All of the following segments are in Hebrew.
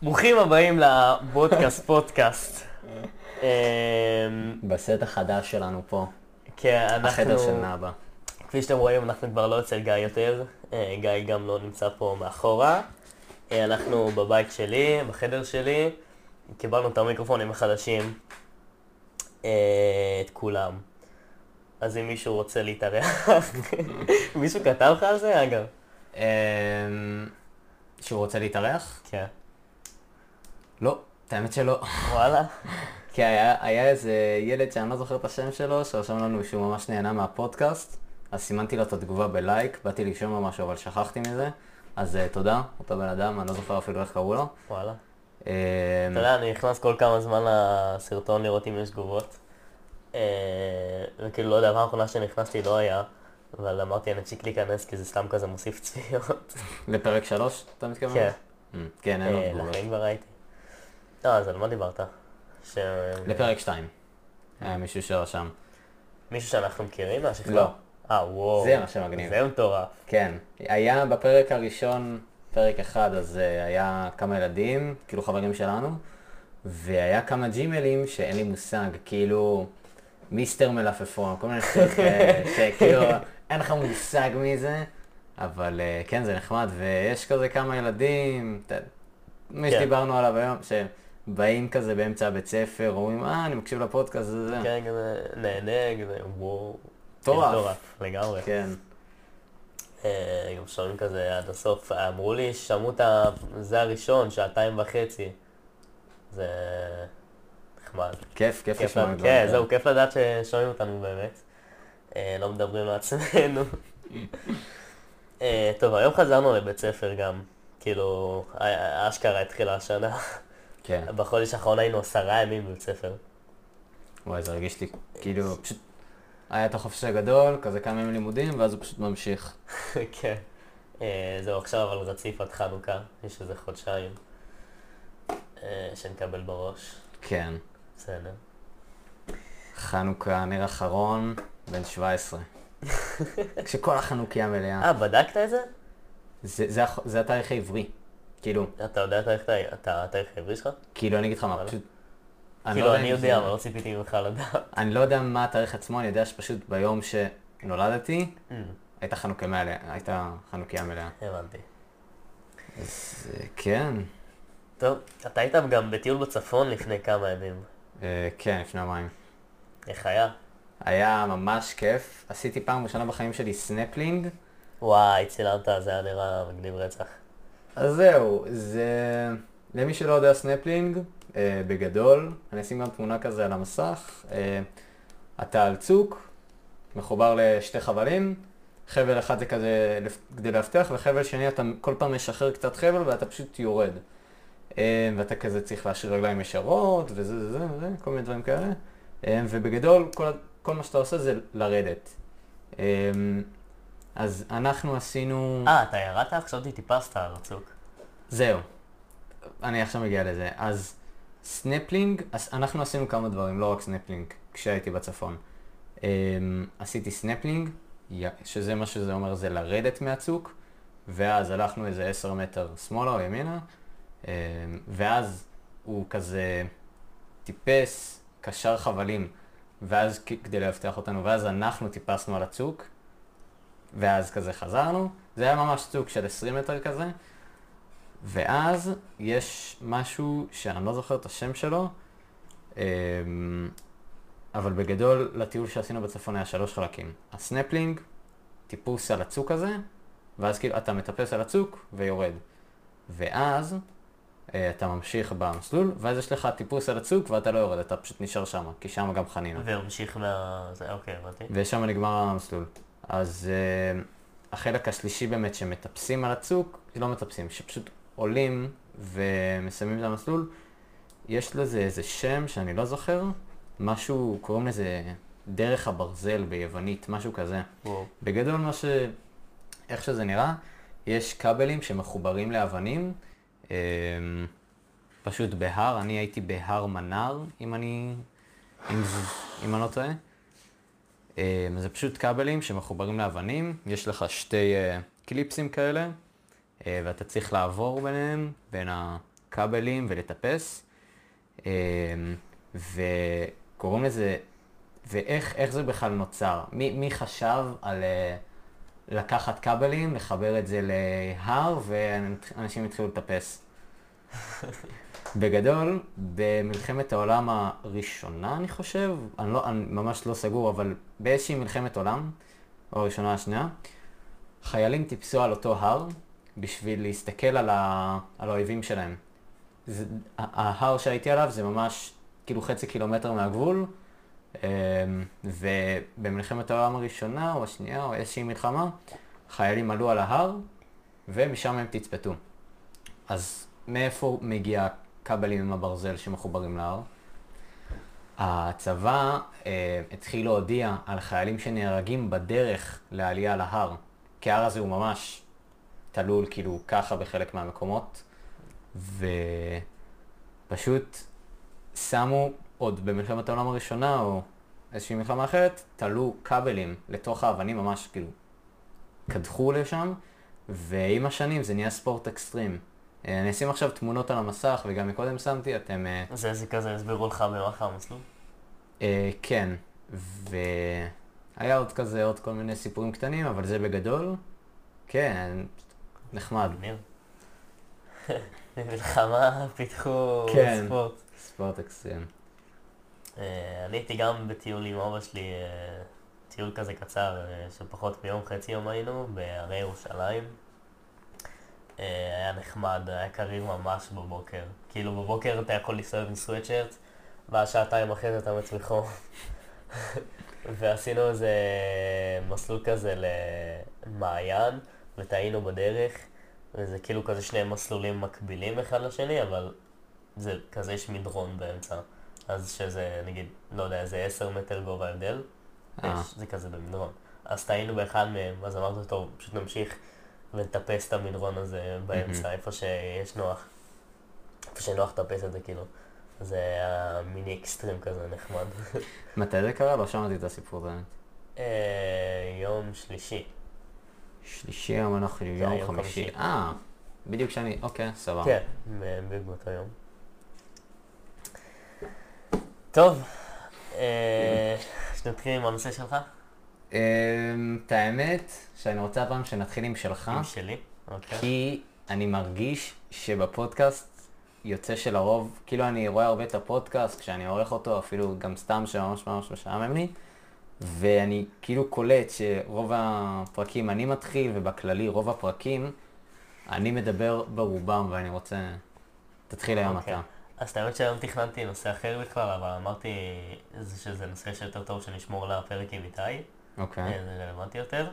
ברוכים הבאים לבודקאסט פודקאסט. בסט החדש שלנו פה, כן, החדר של אנחנו, נאבה. כפי שאתם רואים, אנחנו כבר לא אצל גיא יותר. גיא גם לא נמצא פה מאחורה. אנחנו בבית שלי, בחדר שלי. קיבלנו את המיקרופונים החדשים. את כולם. אז אם מישהו רוצה להתארח, מישהו כתב לך על זה, אגב? שהוא רוצה להתארח? כן. לא, את האמת שלא. וואלה. כי היה איזה ילד שאני לא זוכר את השם שלו, שרשם לנו שהוא ממש נהנה מהפודקאסט, אז סימנתי לו את התגובה בלייק, באתי לשאול לו משהו, אבל שכחתי מזה. אז תודה, אותו בן אדם, אני לא זוכר אפילו איך קראו לו. וואלה. אתה יודע, אני נכנס כל כמה זמן לסרטון לראות אם יש תגובות. וכאילו, לא יודע, הפעם האחרונה שנכנסתי לא היה, אבל אמרתי, אני אפסיק להיכנס כי זה סתם כזה מוסיף צפיות. לפרק 3, אתה מתכוון? כן. כן, אין לו תגובות. לכן כבר ראיתי. אז על מה דיברת? לפרק 2. היה מישהו שרשם. מישהו שאנחנו מכירים מהשכבה? לא. וואו. זה מה שמגניב. זה מטורף. כן, היה בפרק הראשון, פרק 1, אז היה כמה ילדים, כאילו חברים שלנו, והיה כמה ג'ימלים שאין לי מושג, כאילו מיסטר מלפפון, כל מיני שטויות כאלה, שכאילו אין לך מושג מי זה, אבל כן, זה נחמד, ויש כזה כמה ילדים, מי שדיברנו עליו היום, שבאים כזה באמצע הבית ספר, אומרים, אני מקשיב לפודקאסט, זה. כן, כזה נהנה, כזה וואו. מטורף. לגמרי. כן. גם שומעים כזה עד הסוף, אמרו לי ששמעו זה הראשון, 2.5. זה נחמד. כיף לשמוע. כן, זהו, כיף לדעת ששומעים אותנו באמת. לא מדברים לעצמנו. טוב, היום חזרנו לבית ספר גם. כאילו, אשכרה התחילה השנה. כן. בחודש האחרון היינו 10 ימים בבית ספר. וואי, זה הרגיש לי, כאילו, פשוט היה את החופש הגדול, כזה כמה ימים לימודים, ואז הוא פשוט ממשיך. כן. זהו, עכשיו אבל רציף עד חנוכה, יש איזה חודשיים שנקבל בראש. כן. בסדר. חנוכה, נר אחרון, בן 17. כשכל החנוכיה מלאה. בדקת את זה? זה התאריך העברי. כאילו, אתה יודע את התאריך העברי שלך? כאילו, אני אגיד לך מה, פשוט... כאילו, אני יודע, אבל לא ציפיתי ממך לדעת. אני לא יודע מה התאריך עצמו, אני יודע שפשוט ביום שנולדתי, הייתה חנוכיה מלאה. הבנתי. אז כן. טוב, אתה היית גם בטיול בצפון לפני כמה ימים. כן, לפני המים. איך היה? היה ממש כיף. עשיתי פעם ראשונה בחיים שלי סנפלינג. וואי, צילמת, זה היה נראה מגניב רצח. אז זהו, למי שלא יודע סנפלינג, בגדול, אני אשים גם תמונה כזה על המסך. אתה על צוק, מחובר לשתי חבלים, חבל אחד זה כזה כדי להבטח, וחבל שני אתה כל פעם משחרר קצת חבל ואתה פשוט יורד. ואתה כזה צריך להשאיר רגליים ישרות, וזה, כל מיני דברים כאלה. ובגדול, כל מה שאתה עושה זה לרדת. אז אנחנו עשינו... אתה ירדת? חשבתי טיפסת על הצוק. זהו. אני עכשיו מגיע לזה. אז סנפלינג, אנחנו עשינו כמה דברים, לא רק סנפלינג, כשהייתי בצפון. עשיתי סנפלינג, שזה מה שזה אומר, זה לרדת מהצוק, ואז הלכנו איזה 10 מטר שמאלה או ימינה, ואז הוא כזה טיפס, קשר חבלים, ואז כדי להבטח אותנו, ואז אנחנו טיפסנו על הצוק, ואז כזה חזרנו. זה היה ממש צוק של 20 מטר כזה, ואז יש משהו שאני לא זוכר את השם שלו, אבל בגדול לטיול שעשינו בצפון היה 3 חלקים. הסנפלינג, טיפוס על הצוק הזה, ואז כאילו אתה מטפס על הצוק ויורד. ואז אתה ממשיך במסלול, ואז יש לך טיפוס על הצוק ואתה לא יורד, אתה פשוט נשאר שם, כי שם גם חנינו. והמשיך אוקיי, הבנתי. ושם נגמר המסלול. אז החלק השלישי באמת שמטפסים על הצוק, לא מטפסים, שפשוט עולים ומסיימים את המסלול, יש לזה איזה שם שאני לא זוכר, משהו, קוראים לזה דרך הברזל ביוונית, משהו כזה. בגדול איך שזה נראה, יש כבלים שמחוברים לאבנים, פשוט בהר, אני הייתי בהר מנר, אם אני לא טועה. זה פשוט כבלים שמחוברים לאבנים, יש לך 2 קליפסים כאלה, ואתה צריך לעבור ביניהם, בין כבלים ולטפס, וקוראים לזה, ואיך זה בכלל נוצר? מי חשב על לקחת כבלים, לחבר את זה להר, ואנשים התחילו לטפס? בגדול, במלחמת העולם הראשונה, אני חושב, אני ממש לא סגור, אבל באיזושהי מלחמת עולם, או הראשונה השנייה, חיילים טיפסו על אותו הר בשביל להסתכל על האויבים שלהם. ההר שהייתי עליו זה ממש כאילו חצי קילומטר מהגבול, ובמלחמת העולם הראשונה או השנייה או איזושהי מלחמה, חיילים עלו על ההר ומשם הם תצפתו. אז מאיפה מגיע כבלים עם הברזל שמחוברים להר? הצבא התחיל להודיע על חיילים שנהרגים בדרך לעלייה להר, כי ההר הזה הוא ממש תלול כאילו ככה בחלק מהמקומות, ופשוט שמו עוד במלחמת העולם הראשונה או איזושהי מלחמה אחרת, תלו כבלים לתוך האבנים, ממש כאילו קדחו לשם, ועם השנים זה נהיה ספורט אקסטרים. אני אשים עכשיו תמונות על המסך, וגם מקודם שמתי, אתם... זה כזה, הסבירו לך במהלך המסלול? כן, והיה עוד כל מיני סיפורים קטנים, אבל זה בגדול, כן, נחמד. במלחמה פיתחו ספורט. ספורט אקסטרים. אני הייתי גם בטיול עם אבא שלי, טיול כזה קצר, שפחות מיום, חצי יום היינו, בערי ירושלים. היה נחמד, היה קריר ממש בבוקר. כאילו בבוקר אתה יכול להסתובב עם סוויטשרט, ואז שעתיים אחרי זה אתה מצליח חום. ועשינו איזה מסלול כזה למעיין, וטעינו בדרך, וזה כאילו כזה שני מסלולים מקבילים אחד לשני, אבל זה כזה יש מדרון באמצע. אז שזה נגיד, לא יודע, איזה 10 מטר גובה הבדל, זה כזה במדרון. אז טעינו באחד מהם, אז אמרתי טוב, פשוט נמשיך ונטפס את המדרון הזה באמצע, איפה שיש נוח. איפה שנוח טפס את זה כאילו. זה היה מיני אקסטרים כזה נחמד. מתי זה קרה? לא שמעתי את הסיפור הזה. יום שלישי. שלישי יום אנחנו יום חמישי. בדיוק שאני, אוקיי, סבבה. כן, בדיוק באותו יום. טוב, שנתחיל עם הנושא שלך? את האמת שאני רוצה הפעם שנתחיל עם שלך. עם שלי, אוקיי. כי אני מרגיש שבפודקאסט יוצא שלרוב, כאילו אני רואה הרבה את הפודקאסט כשאני עורך אותו, אפילו גם סתם שממש ממש משעמם לי, ואני כאילו קולט שרוב הפרקים אני מתחיל, ובכללי רוב הפרקים אני מדבר ברובם, ואני רוצה... תתחיל היום אתה. אז את האמת שהיום תכננתי נושא אחר בכלל, אבל אמרתי שזה נושא שיותר טוב שנשמור לפרק עם איתי. אוקיי. זה רלוונטי יותר.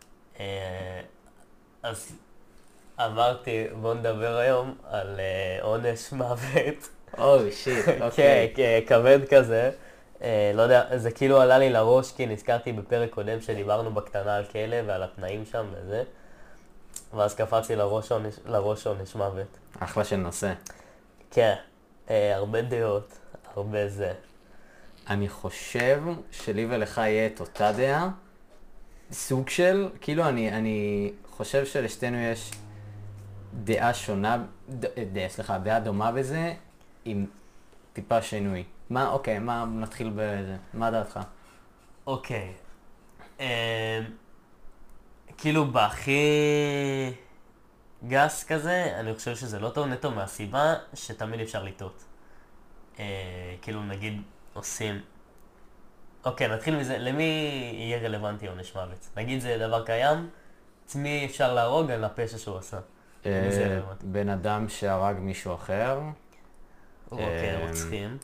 אז אמרתי, בוא נדבר היום על עונש מוות. אוי, שיט, אוקיי. כן, כבד כזה. לא יודע, זה כאילו עלה לי לראש, כי נזכרתי בפרק קודם שדיברנו בקטנה על כלא ועל התנאים שם וזה. ואז קפצתי לראש עונש מוות. אחלה של נושא. כן, הרבה דעות, הרבה זה. אני חושב שלי ולך יהיה את אותה דעה, סוג של, כאילו אני חושב שלשתינו יש דעה שונה, דעה דומה בזה, עם טיפה שינוי. אוקיי, נתחיל בזה, מה דעתך? אוקיי, כאילו בהכי גס כזה, אני חושב שזה לא טוב נטו מהסיבה שתמיד אפשר לטעות. כאילו נגיד עושים... אוקיי, נתחיל מזה, למי יהיה רלוונטי עונש מוות? נגיד זה דבר קיים, את מי אפשר להרוג על הפשע שהוא עשה? בן אדם שהרג מישהו אחר. אוקיי, רוצחים.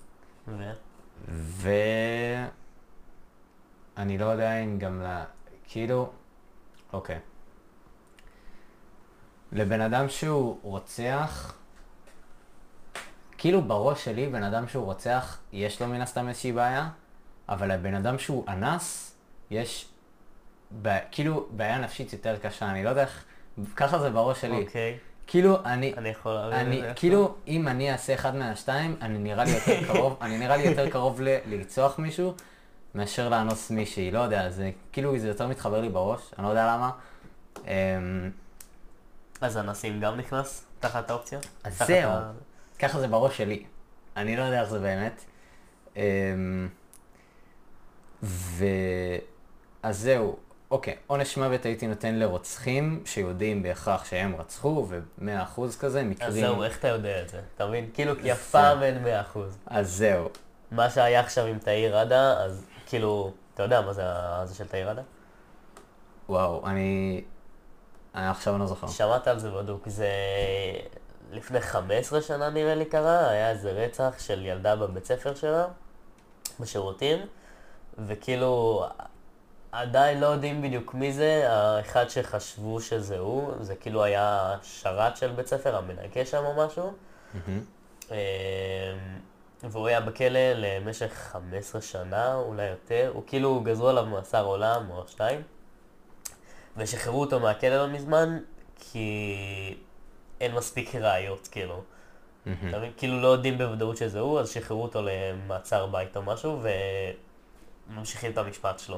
אני לא יודע אם גם כאילו... אוקיי. לבן אדם שהוא רוצח, כאילו בראש שלי בן אדם שהוא רוצח יש לו מן הסתם איזושהי בעיה, אבל לבן אדם שהוא אנס יש כאילו בעיה נפשית יותר קשה, אני לא יודע איך, ככה זה בראש שלי. אוקיי. כאילו כאילו אם אני אעשה אחד מהשתיים, אני נראה לי יותר קרוב לרצוח מישהו מאשר לאנוס מישהי, לא יודע, זה כאילו זה יותר מתחבר לי בראש, אני לא יודע למה. אז אנסים גם נכנס תחת האופציה? אז זהו, ככה זה בראש שלי. אני לא יודע איך זה באמת. אז זהו, אוקיי, עונש מוות הייתי נותן לרוצחים שיודעים בהכרח שהם רצחו, ו100% כזה, מקרים... אז זהו, איך אתה יודע את זה? אתה מבין? כאילו, כי אף זה- פעם אין 100%. אז זהו. מה שהיה עכשיו עם תאיר ראדה, אז כאילו, אתה יודע מה זה של תאיר ראדה? וואו, אני עכשיו לא זוכר. שמעת על זה בדוק, זה לפני 15 שנה נראה לי קרה, היה איזה רצח של ילדה בבית ספר שלה, בשירותים, וכאילו עדיין לא יודעים בדיוק מי זה, האחד שחשבו שזה הוא, זה כאילו היה שרת של בית ספר, המנקה שם או משהו, מהמם. והוא היה בכלא למשך 15 שנה, אולי יותר, הוא כאילו גזרו עליו מאסר עולם או 2, ושחררו אותו מהכלא לא מזמן, כי אין מספיק ראיות, כאילו. מהמם. אתה מבין? כאילו לא יודעים בוודאות שזה הוא, אז שחררו אותו למעצר בית או משהו, וממשיכים את המשפט שלו.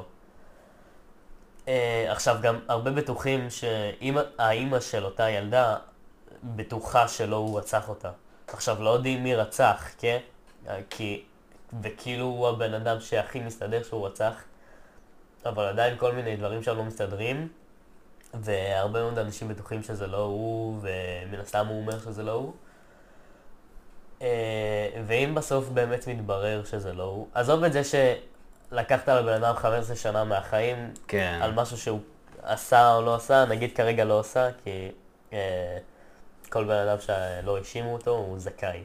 עכשיו גם הרבה בטוחים שהאימא של אותה ילדה בטוחה שלא הוא רצח אותה. עכשיו לא יודעים מי רצח, כן? וכאילו הוא הבן אדם שהכי מסתדר שהוא רצח, אבל עדיין כל מיני דברים שם לא מסתדרים, והרבה מאוד אנשים בטוחים שזה לא הוא, ומן הסתם הוא אומר שזה לא הוא. ואם בסוף באמת מתברר שזה לא הוא, עזוב את זה שלקחת לבן אדם 15 שנה מהחיים כן. על משהו שהוא עשה או לא עשה, נגיד כרגע לא עשה, כי כל בן אדם שלא האשימו אותו הוא זכאי.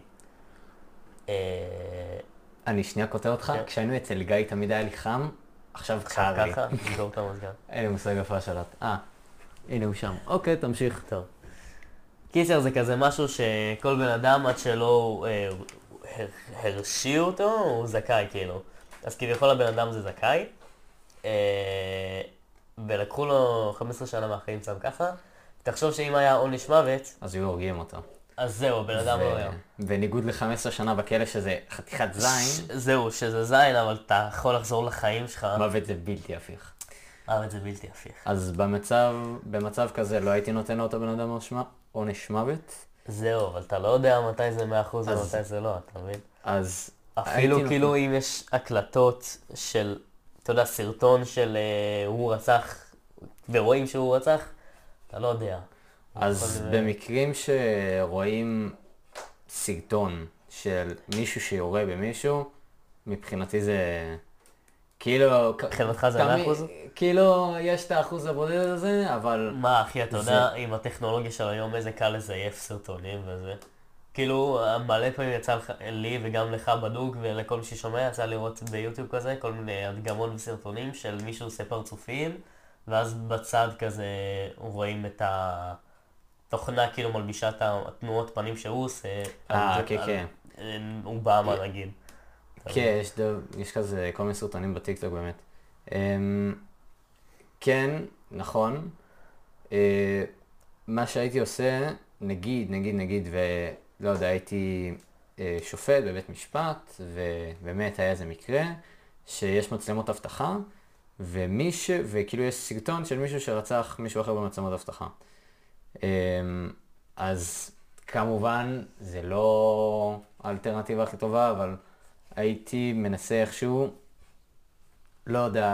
אני שנייה קוטע אותך, כן. כשהיינו אצל גיא תמיד היה לי חם, עכשיו עכשיו קר לי. ככה, נסגור את המזגן. אין לי מושג איפה השלט. הנה הוא שם. אוקיי, תמשיך. טוב. קיצר זה כזה משהו שכל בן אדם עד שלא הרשיעו אותו, הוא זכאי כאילו. אז כביכול הבן אדם זה זכאי, ולקחו לו 15 שנה מהחיים סתם ככה. תחשוב שאם היה עונש מוות, אז היו הורגים אותו. אז זהו, הבן אדם לא היה. בניגוד ל-15 שנה בכלא שזה חתיכת זין, זהו, שזה זין, אבל אתה יכול לחזור לחיים שלך. מוות זה בלתי הפיך. אבל זה בלתי הפיך. אז במצב כזה לא הייתי נותן לאותו בן אדם עונש מוות, זהו, אבל אתה לא יודע מתי זה 100% אז- ומתי זה לא, אתה מבין? אז אפילו הייתי כאילו אם יש הקלטות של, אתה יודע, סרטון של הוא רצח, ורואים שהוא רצח, אתה לא יודע. אז יכול- במקרים שרואים סרטון של מישהו שיורה במישהו, מבחינתי זה כאילו... מבחינתך זה 100%? כאילו יש את האחוז הבודד הזה, אבל... מה אחי, אתה זה- יודע, עם הטכנולוגיה של היום איזה קל לזייף סרטונים וזה. כאילו, מלא פעמים יצא לי וגם לך בדוק ולכל מי ששומע יצא לראות ביוטיוב כזה כל מיני הדגמות וסרטונים של מישהו עושה פרצופים, ואז בצד כזה רואים את התוכנה כאילו מלבישה את התנועות פנים שהוא עושה. כן, כן. אובמה נגיד. כן, יש כזה כל מיני סרטונים בטיקטוק באמת. כן, נכון. מה שהייתי עושה, נגיד, ולא יודע, הייתי שופט בבית משפט, ובאמת היה איזה מקרה שיש מצלמות אבטחה, וכאילו יש סרטון של מישהו שרצח מישהו אחר במצלמות אבטחה. אז כמובן זה לא האלטרנטיבה הכי טובה, אבל הייתי מנסה איכשהו, לא יודע,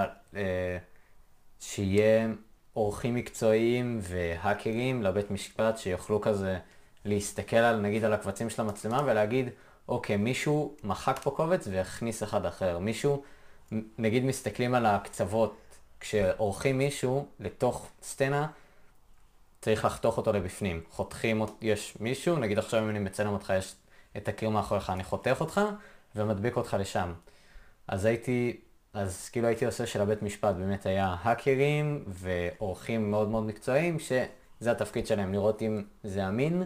שיהיה עורכים מקצועיים והאקרים לבית משפט שיוכלו כזה להסתכל נגיד על הקבצים של המצלמה ולהגיד, אוקיי, מישהו מחק פה קובץ והכניס אחד אחר. מישהו, נגיד מסתכלים על הקצוות, כשעורכים מישהו לתוך סצנה, צריך לחתוך אותו לבפנים. חותכים, יש מישהו, נגיד עכשיו אם אני מצלם אותך, יש את הקיר מאחוריך, אני חותך אותך ומדביק אותך לשם. אז כאילו הייתי עושה של הבית משפט, באמת היה האקרים ועורכים מאוד מאוד מקצועיים, שזה התפקיד שלהם, לראות אם זה אמין,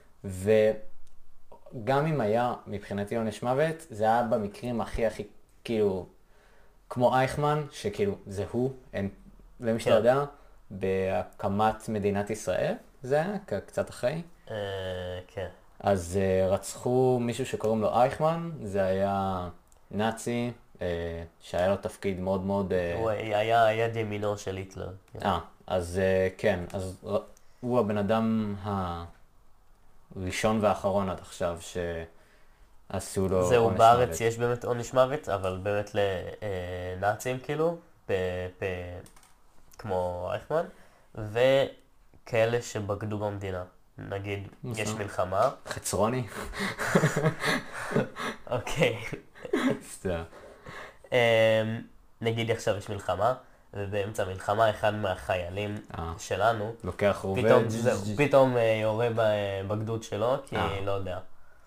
וגם אם היה מבחינתי עונש מוות, זה היה במקרים הכי כאילו, כמו אייכמן, שכאילו זה הוא, למי שאתה יודע, בהקמת מדינת ישראל, זה היה קצת אחרי. כן. אז רצחו מישהו שקוראים לו אייכמן, זה היה נאצי, שהיה לו תפקיד מאוד מאוד... הוא היה יד ימינו של היטלר. אז כן, אז הוא הבן אדם הראשון והאחרון עד עכשיו שעשו לו זהו, עונש בארץ מוות. יש באמת עונש מוות, אבל באמת לנאצים כאילו, כמו אייכמן, וכאלה שבגדו במדינה. נגיד, יש בסדר. מלחמה, חצרוני? אוקיי. סתם. אמ, נגיד עכשיו יש מלחמה, ובאמצע המלחמה אחד מהחיילים שלנו, לוקח רובה. פתאום יורה בגדוד שלו, כי לא יודע.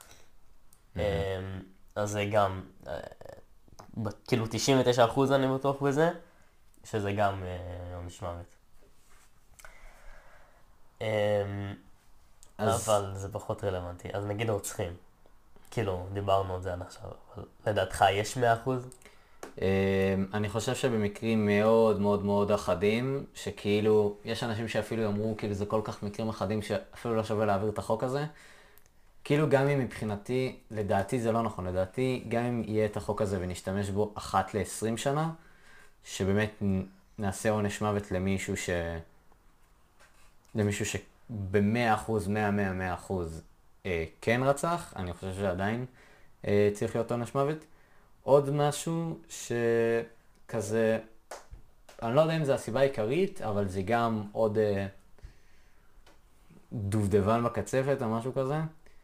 אז זה גם, כאילו 99% אני בטוח בזה, שזה גם עונש מוות. אבל זה פחות רלוונטי. אז נגיד רוצחים. כאילו, דיברנו על זה עד עכשיו, אבל לדעתך יש 100%? אני חושב שבמקרים מאוד מאוד מאוד אחדים, שכאילו, יש אנשים שאפילו אמרו, כאילו זה כל כך מקרים אחדים שאפילו לא שווה להעביר את החוק הזה. כאילו גם אם מבחינתי, לדעתי זה לא נכון, לדעתי גם אם יהיה את החוק הזה ונשתמש בו אחת ל-20 שנה, שבאמת נעשה עונש מוות למישהו שב-100%, 100% כן רצח, אני חושב שעדיין צריך להיות עונש מוות. עוד משהו שכזה, אני לא יודע אם זה הסיבה העיקרית, אבל זה גם עוד דובדבן בקצפת או משהו כזה.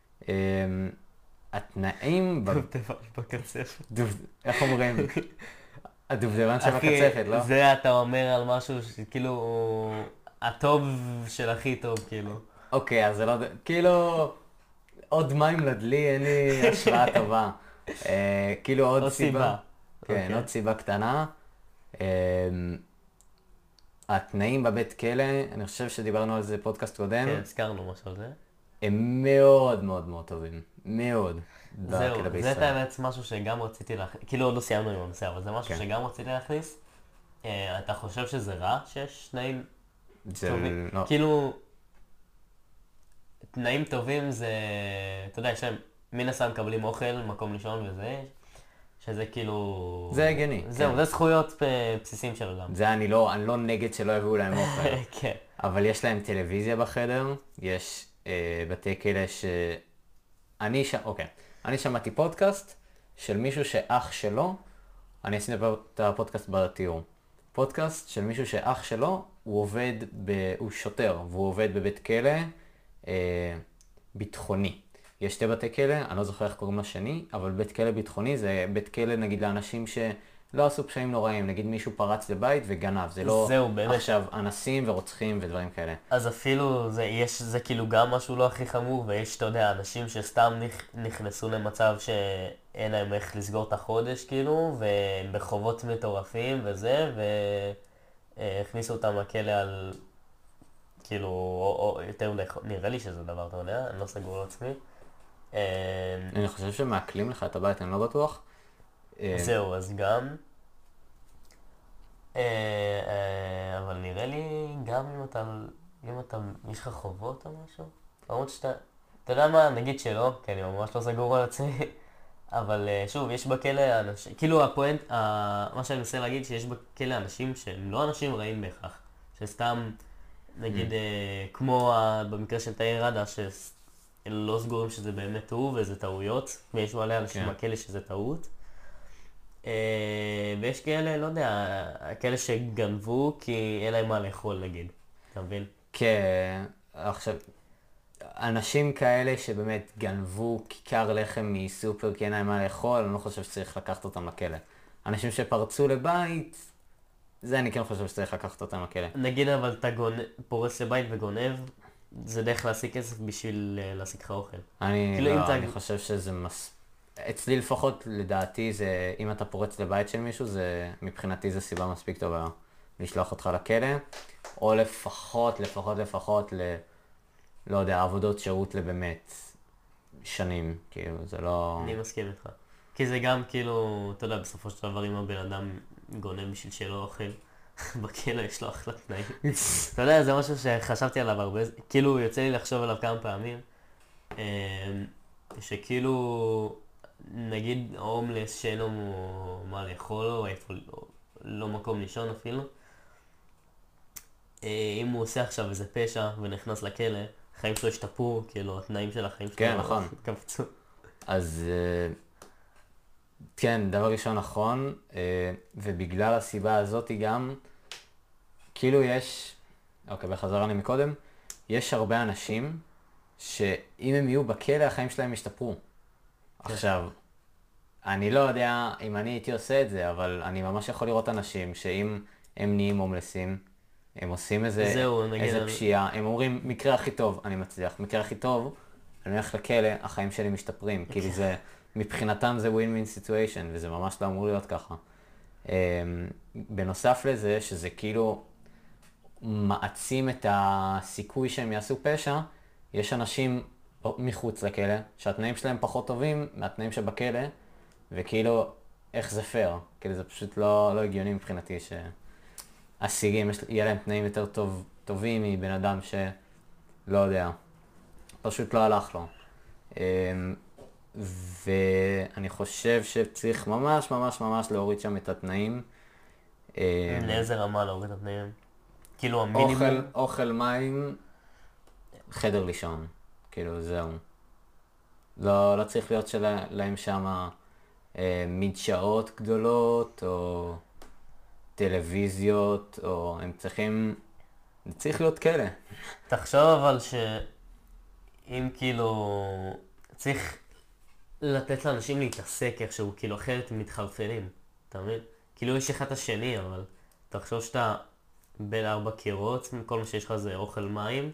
התנאים... דובדבן בקצפת. איך אומרים? הדובדבן שבקצפת, לא? זה אתה אומר על משהו שכאילו הטוב של הכי טוב, כאילו. אוקיי, אז זה לא... כאילו, עוד מים לדלי, אין לי השוואה טובה. כאילו עוד סיבה. כן, עוד סיבה קטנה. התנאים בבית כלא, אני חושב שדיברנו על זה פודקאסט קודם. כן, הזכרנו משהו על זה. הם מאוד מאוד מאוד טובים. מאוד. זהו, זה את האמת משהו שגם רציתי להכניס, כאילו עוד לא סיימנו עם הנושא, אבל זה משהו שגם רציתי להכניס. אתה חושב שזה רע שיש תנאים טובים? כאילו, תנאים טובים זה, אתה יודע, יש להם מן הסתם מקבלים אוכל, מקום לישון וזה, שזה כאילו... זה הגיוני. זהו, זה זכויות בסיסיים של אדם. זה אני לא נגד שלא יביאו להם אוכל. כן. אבל יש להם טלוויזיה בחדר, יש בתי כלא אוקיי, אני שמעתי פודקאסט של מישהו שאח שלו, אני עשיתי את הפודקאסט בתיאור. פודקאסט של מישהו שאח שלו, הוא שוטר, והוא עובד בבית כלא ביטחוני. יש שתי בתי כלא, אני לא זוכר איך קוראים לשני, אבל בית כלא ביטחוני זה בית כלא נגיד לאנשים שלא עשו פשעים נוראים, נגיד מישהו פרץ לבית וגנב, זה לא עכשיו אנסים ורוצחים ודברים כאלה. אז אפילו זה כאילו גם משהו לא הכי חמור, ויש, אתה יודע, אנשים שסתם נכנסו למצב שאין להם איך לסגור את החודש, כאילו, והם בחובות מטורפים וזה, והכניסו אותם לכלא על, כאילו, או יותר נראה לי שזה דבר, אתה יודע, אני לא סגור על עצמי. אני חושב שמעקלים לך את הבית, אני לא בטוח. זהו, אז גם. אבל נראה לי גם אם אתה, יש לך חובות או משהו? למרות שאתה, אתה יודע מה, נגיד שלא, כי אני ממש לא סגור על עצמי, אבל שוב, יש בכלא אנשים, כאילו מה שאני מנסה להגיד, שיש בכלא אנשים שהם לא אנשים רעים בהכרח, שסתם, נגיד, כמו במקרה של תאיר ראדה, שלא סגורים שזה באמת הוא וזה טעויות, ויש מלא אנשים בכלא שזה טעות. ויש כאלה, לא יודע, כאלה שגנבו כי אין להם מה לאכול, נגיד. אתה מבין? כן, עכשיו, אנשים כאלה שבאמת גנבו כיכר לחם מסופר כי אין להם מה לאכול, אני לא חושב שצריך לקחת אותם לכלא. אנשים שפרצו לבית, זה אני כן חושב שצריך לקחת אותם לכלא. נגיד אבל אתה פורץ לבית וגונב, זה דרך להשיג כסף בשביל להשיג לך אוכל. אני חושב שזה אצלי לפחות, לדעתי, זה, אם אתה פורץ לבית של מישהו, מבחינתי זה סיבה מספיק טובה לשלוח אותך לכלא, או לפחות, לא יודע, עבודות שירות לבאמת שנים, כאילו, זה לא... אני מסכים איתך. כי זה גם כאילו, אתה יודע, בסופו של דבר, אם הבן אדם גונב בשביל שיהיה לו אוכל, בכלא יש לו אחלה תנאים. אתה יודע, זה משהו שחשבתי עליו הרבה, כאילו, יוצא לי לחשוב עליו כמה פעמים, שכאילו... נגיד הומלס שאין לו מה לאכול או איפה, לא מקום לישון אפילו. אם הוא עושה עכשיו איזה פשע ונכנס לכלא, החיים שלו השתפרו, כאילו התנאים של החיים שלו כן, נכון. קפצו. אז כן, דבר ראשון נכון, ובגלל הסיבה הזאת גם, כאילו יש, אוקיי, בחזרה לי מקודם, יש הרבה אנשים שאם הם יהיו בכלא, החיים שלהם ישתפרו. עכשיו, אני לא יודע אם אני הייתי עושה את זה, אבל אני ממש יכול לראות אנשים שאם הם נהיים הומלסים, הם עושים איזה פשיעה, הם אומרים, מקרה הכי טוב, אני מצליח, מקרה הכי טוב, אני הולך לכלא, החיים שלי משתפרים, כאילו זה, מבחינתם זה win-win situation, וזה ממש לא אמור להיות ככה. בנוסף לזה, שזה כאילו מעצים את הסיכוי שהם יעשו פשע, יש אנשים מחוץ לכלא, שהתנאים שלהם פחות טובים מהתנאים שבכלא, וכאילו, איך זה פייר? כאילו זה פשוט לא הגיוני מבחינתי שאסירים, יהיה להם תנאים יותר טובים מבן אדם שלא יודע, פשוט לא הלך לו. ואני חושב שצריך ממש ממש ממש להוריד שם את התנאים. לאיזה רמה להוריד את התנאים? כאילו המינימום? אוכל, מים, חדר לישון. כאילו זהו. לא צריך להיות שלהם שם מדשאות גדולות או טלוויזיות, או הם צריכים, זה צריך להיות כאלה. תחשוב אבל שאם כאילו צריך לתת לאנשים להתעסק איכשהו, כאילו אחרת הם מתחרפנים, אתה מבין? כאילו יש אחד השני, אבל תחשוב שאתה בין 4 קירות, כל מה שיש לך זה אוכל מים,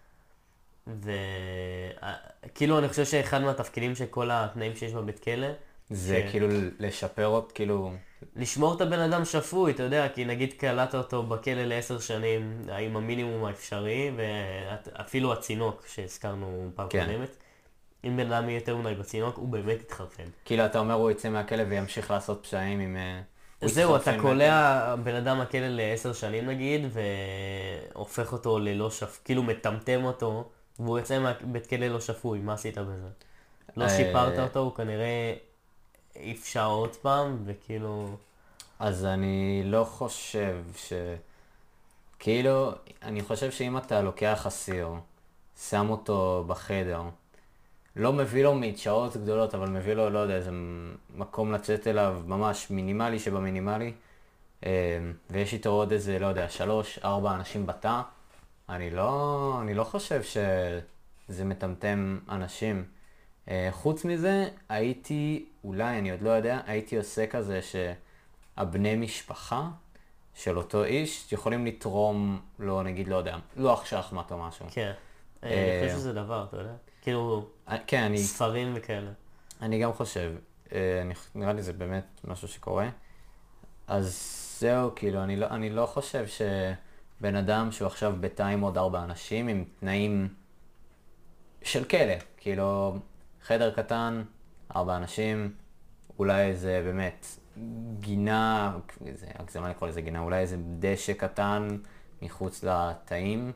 וכאילו אני חושב שאחד מהתפקידים של כל התנאים שיש בבית כלא, זה כאילו לשפר עוד, כאילו... לשמור את הבן אדם שפוי, אתה יודע, כי נגיד קלטת אותו בכלא ל10 שנים, עם המינימום האפשרי, ואפילו הצינוק שהזכרנו פעם קודמת, אם בן אדם יהיה יותר מדי בצינוק, הוא באמת יתחרפן. כאילו אתה אומר הוא יצא מהכלא וימשיך לעשות פשעים עם... זהו, אתה קולע בן אדם מהכלא ל10 שנים נגיד, והופך אותו ללא שפוי, כאילו מטמטם אותו, והוא יצא מבית כלא לא שפוי, מה עשית בזה? לא שיפרת אותו, הוא כנראה אפשר עוד פעם, וכאילו... אז אני לא חושב כאילו, אני חושב שאם אתה לוקח אסיר, שם אותו בחדר, לא מביא לו מדשאות גדולות, אבל מביא לו, לא יודע, איזה מקום לצאת אליו ממש מינימלי שבמינימלי, ויש איתו עוד איזה, לא יודע, 3-4 אנשים בתא, אני לא חושב שזה מטמטם אנשים. חוץ מזה, אולי, אני עוד לא יודע, הייתי עושה כזה שהבני משפחה של אותו איש יכולים לתרום לו, נגיד, לא יודע, לוח שחמט או משהו. כן, אני חושב שזה דבר, אתה יודע? כאילו, כן, ספרים וכאלה. אני גם חושב, נראה לי זה באמת משהו שקורה. אז זהו, כאילו, אני לא חושב שבן אדם שהוא עכשיו בתא עם עוד 4 אנשים, עם תנאים של כלא, כאילו, חדר קטן, 4 אנשים, אולי זה באמת גינה, זה הגזמה לקרוא לזה גינה, אולי איזה דשא קטן מחוץ לתאים.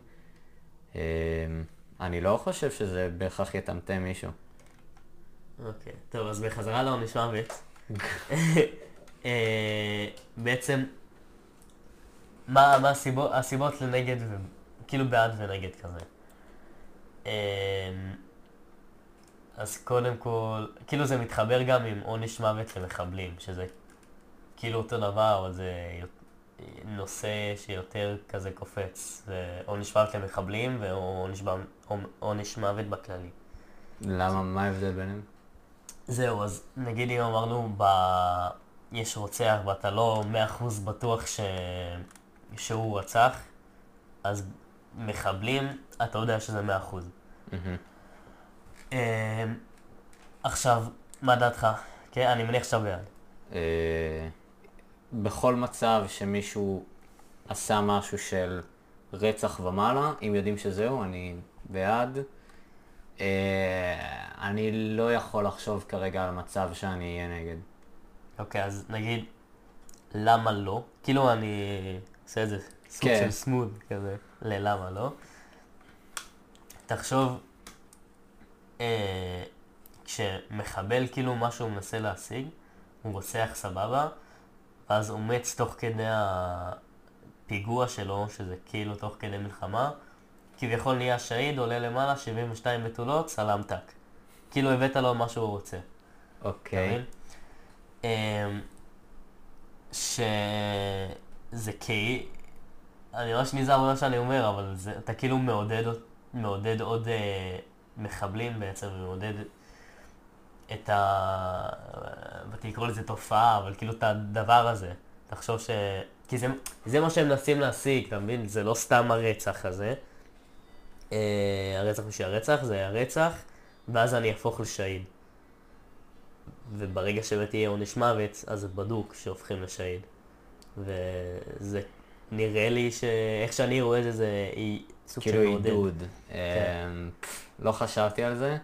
אני לא חושב שזה בהכרח יטמטם מישהו. אוקיי, טוב, אז בחזרה לעונש מוות. בעצם, מה הסיבות לנגד, כאילו בעד ונגד כזה? אז קודם כל, כאילו זה מתחבר גם עם עונש מוות למחבלים, שזה כאילו אותו דבר, אבל זה נושא שיותר כזה קופץ. זה עונש מוות למחבלים ועונש מוות בכללי. למה? מה ההבדל ביניהם? זהו, אז נגיד אם אמרנו יש רוצח ואתה לא 100% בטוח שהוא רצח, אז מחבלים, אתה יודע שזה 100%. עכשיו, מה דעתך? כן, אני מניח שאתה בעד. בכל מצב שמישהו עשה משהו של רצח ומעלה, אם יודעים שזהו, אני בעד. אני לא יכול לחשוב כרגע על מצב שאני אהיה נגד. אוקיי, אז נגיד, למה לא? כאילו אני עושה את זה סוג של סמוד כזה, ללמה לא. תחשוב, כשמחבל כאילו מה שהוא מנסה להשיג, הוא רוצח סבבה, ואז הוא מת תוך כדי הפיגוע שלו, שזה כאילו תוך כדי מלחמה, כביכול נהיה שהיד, עולה למעלה, 72 בתולות, סלם טק. כאילו הבאת לו מה שהוא רוצה. אוקיי. אתה מבין? שזה אני ממש נזהר במה שאני אומר, אבל אתה כאילו מעודד עוד מחבלים בעצם, ומעודד את באתי לקרוא לזה תופעה, אבל כאילו את הדבר הזה. תחשוב כי זה מה שהם מנסים להשיג, אתה מבין? זה לא סתם הרצח הזה. הרצח בשביל הרצח, זה הרצח, ואז אני אהפוך לשהיד. וברגע שבאמת יהיה עונש מוות, אז זה בדוק שהופכים לשהיד. וזה נראה לי שאיך שאני רואה את זה, זה סוג של כאילו מעודד. עידוד. לא חשבתי על זה.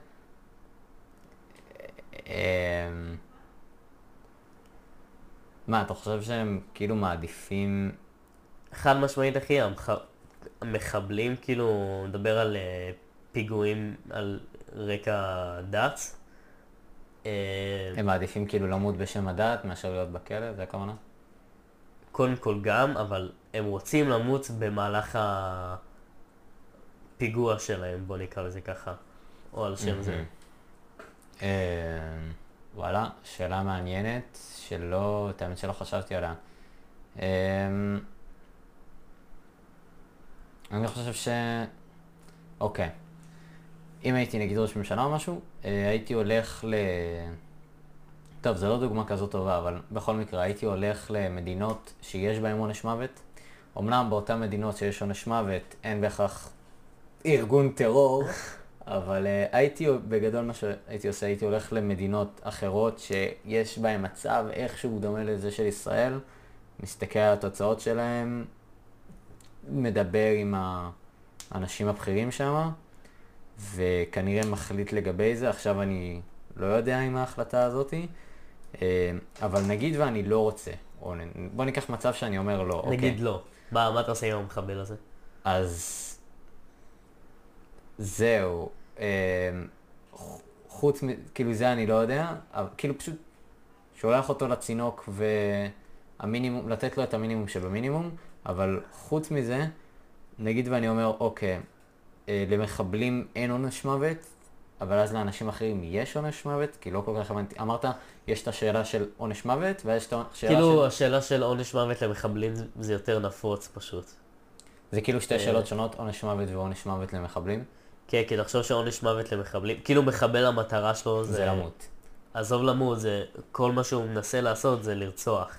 מה, אתה חושב שהם כאילו מעדיפים... חד משמעית אחי, המחבלים כאילו, מדבר על פיגועים על רקע דת. הם מעדיפים כאילו למות בשם הדת מאשר להיות בכלא, זה הכוונה? קודם כל גם, אבל הם רוצים למות במהלך הפיגוע שלהם, בוא נקרא לזה ככה, או על שם זה. וואלה, שאלה מעניינת, את האמת שלא חשבתי עליה. אני חושב אוקיי. אם הייתי נגיד ראש ממשלה או משהו, הייתי הולך טוב, זו לא דוגמה כזו טובה, אבל בכל מקרה הייתי הולך למדינות שיש בהן עונש מוות. אמנם באותן מדינות שיש עונש מוות אין בהכרח ארגון טרור, אבל בגדול מה שהייתי עושה, הייתי הולך למדינות אחרות שיש בהן מצב איכשהו דומה לזה של ישראל, מסתכל על התוצאות שלהם, מדבר עם האנשים הבכירים שם, וכנראה מחליט לגבי זה. עכשיו אני לא יודע עם ההחלטה הזאתי, אבל נגיד ואני לא רוצה, או בוא ניקח מצב שאני אומר לא, אוקיי. נגיד לא. מה אתה עושה עם המחבל הזה? אז זהו, חוץ כאילו זה אני לא יודע, אבל כאילו פשוט שולח אותו לצינוק והמינימום, לתת לו את המינימום שבמינימום, אבל חוץ מזה, נגיד ואני אומר אוקיי, למחבלים אין עונש מוות, אבל אז לאנשים אחרים יש עונש מוות, כי לא כל כך הבנתי. אמרת, יש את השאלה של עונש מוות, ויש את השאלה כאילו השאלה של עונש מוות למחבלים זה יותר נפוץ פשוט. זה כאילו שתי שאלות שונות, עונש מוות ועונש מוות למחבלים? כן, כי תחשוב שעונש מוות למחבלים, כאילו מחבל המטרה שלו זה למות. עזוב למות, זה כל מה שהוא מנסה לעשות זה לרצוח.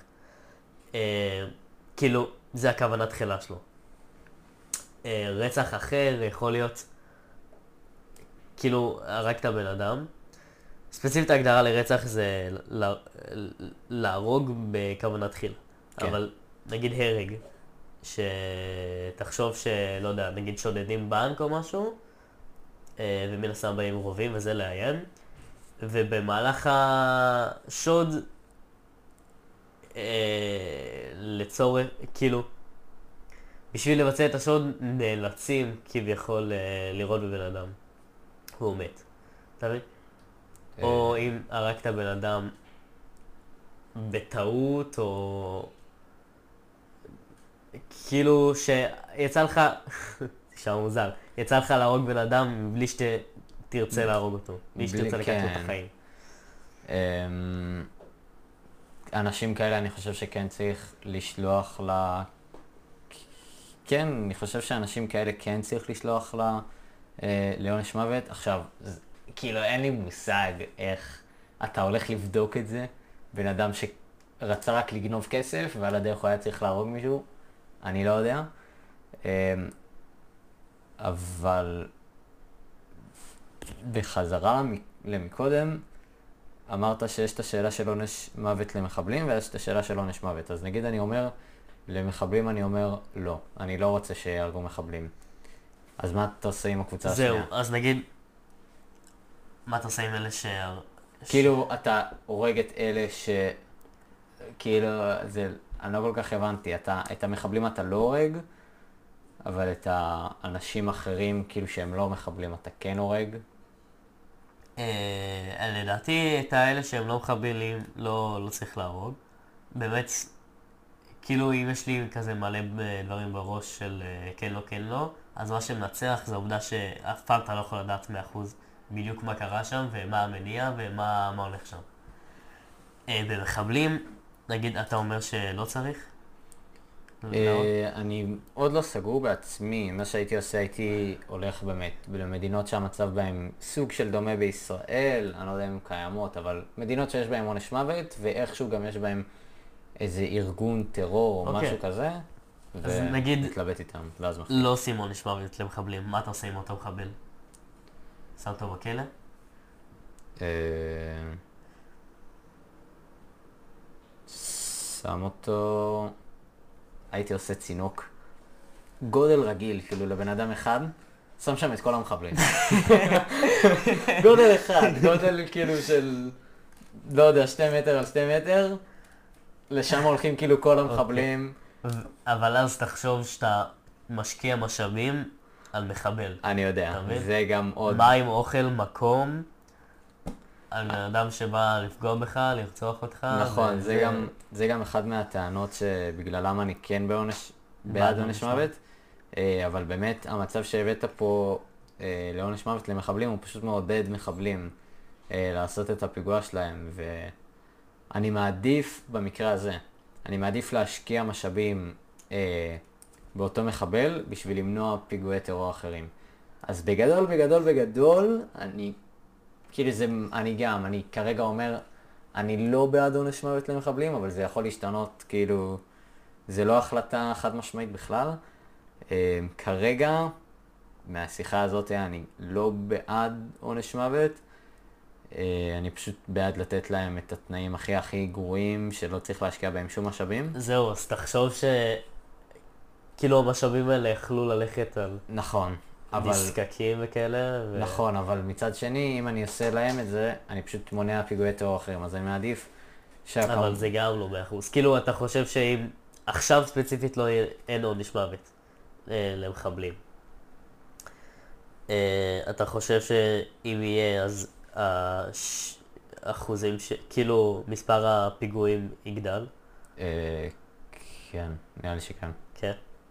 כאילו, זה הכוונת תחילה שלו. רצח אחר יכול להיות, כאילו, הרגת בן אדם. ספציפית ההגדרה לרצח זה להרוג בכוונת תחילה. כן. אבל נגיד הרג, שתחשוב שלא יודע, נגיד שודדים בנק או משהו, ומן הסתם באים רובים וזה לעיין, ובמהלך השוד, לצורך, כאילו, בשביל לבצע את השוד נאלצים כביכול לראות בבן אדם. הוא מת. אתה מבין? או אם הרגת בן אדם בטעות, או כאילו שיצא לך, תשמע מוזר, יצא לך להרוג בן אדם מבלי שתרצה להרוג אותו, בלי שתרצה לקחת לו את החיים. אנשים כאלה אני חושב שכן צריך לשלוח כן, אני חושב שאנשים כאלה כן צריך לשלוח לעונש מוות. עכשיו, כאילו אין לי מושג איך אתה הולך לבדוק את זה. בן אדם שרצה רק לגנוב כסף ועל הדרך הוא היה צריך להרוג מישהו, אני לא יודע. אבל בחזרה למקודם, אמרת שיש את השאלה של עונש מוות למחבלים ויש את השאלה של עונש מוות. אז נגיד אני אומר, למחבלים אני אומר לא, אני לא רוצה שיהרגו מחבלים. אז מה אתה עושה עם הקבוצה השנייה? זהו, אז נגיד, מה אתה עושה עם אלה כאילו אתה הורג את אלה כאילו, אני לא כל כך הבנתי, את המחבלים אתה לא הורג, אבל את האנשים אחרים, כאילו שהם לא מחבלים, אתה כן הורג? לדעתי, את האלה שהם לא מחבלים, לא צריך להרוג. באמת, כאילו אם יש לי כזה מלא דברים בראש של כן לא, כן לא, אז מה שמנצח זה העובדה שאף פעם אתה לא יכול לדעת 100% בדיוק מה קרה שם ומה המניע ומה הולך שם. במחבלים, נגיד אתה אומר שלא צריך? אני עוד לא סגור בעצמי, מה שהייתי עושה הייתי הולך באמת למדינות שהמצב בהם סוג של דומה בישראל, אני לא יודע אם הן קיימות, אבל מדינות שיש בהן עונש מוות ואיכשהו גם יש בהן איזה ארגון טרור או משהו כזה, ונתלבט איתם, ואז מחליט. לא עושים עונש מוות למחבלים, מה אתה עושה עם אותו מחבל? שם אותו בכלא? שם אותו... הייתי עושה צינוק. גודל רגיל, כאילו לבן אדם אחד, שם שם את כל המחבלים. גודל אחד, גודל כאילו של, לא יודע, 2 מטר על 2 מטר, לשם הולכים כאילו כל המחבלים. אבל אז תחשוב שאתה משקיע משאבים על מחבל. אני יודע, זה גם עוד... מים, אוכל, מקום, על אדם שבא לפגוע בך, לרצוח אותך. נכון, זה גם אחד מהטענות שבגללם אני כן בעד עונש מוות, אבל באמת המצב שהבאת פה לעונש מוות למחבלים הוא פשוט מעודד מחבלים לעשות את הפיגוע שלהם, ואני מעדיף במקרה הזה, אני מעדיף להשקיע משאבים באותו מחבל בשביל למנוע פיגועי טרור אחרים. אז בגדול, אני כרגע אומר, אני לא בעד עונש מוות למחבלים, אבל זה יכול להשתנות, כאילו, זה לא החלטה חד משמעית בכלל. כרגע, מהשיחה הזאת, אני לא בעד עונש מוות, אני פשוט בעד לתת להם את התנאים הכי גרועים, שלא צריך להשקיע בהם שום משאבים. זהו, אז תחשוב כאילו המשאבים האלה יכלו ללכת על... נכון. נזקקים וכאלה. נכון, אבל מצד שני, אם אני עושה להם את זה, אני פשוט מונע פיגועי טרור אחרים, אז אני מעדיף אבל זה גם לא 100%. כאילו, אתה חושב שאם עכשיו ספציפית אין עונש מוות למחבלים, אתה חושב שאם יהיה, אז האחוזים, כאילו, מספר הפיגועים יגדל? כן, נראה לי שכן. כן?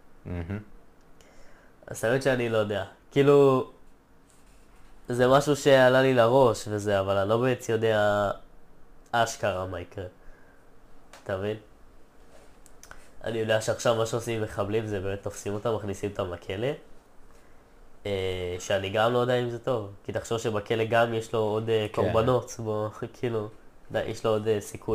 אז האמת שאני לא יודע. כאילו, זה משהו שעלה לי לראש וזה, אבל אני לא באמת יודע אשכרה מה יקרה. אתה מבין? אני יודע שעכשיו מה שעושים עם מחבלים זה באמת תופסים אותם, מכניסים אותם לכלא. שאני גם לא יודע אם זה טוב. כי תחשוב שבכלא גם יש לו עוד קורבנות. בו, כאילו, יש לו עוד סיכוי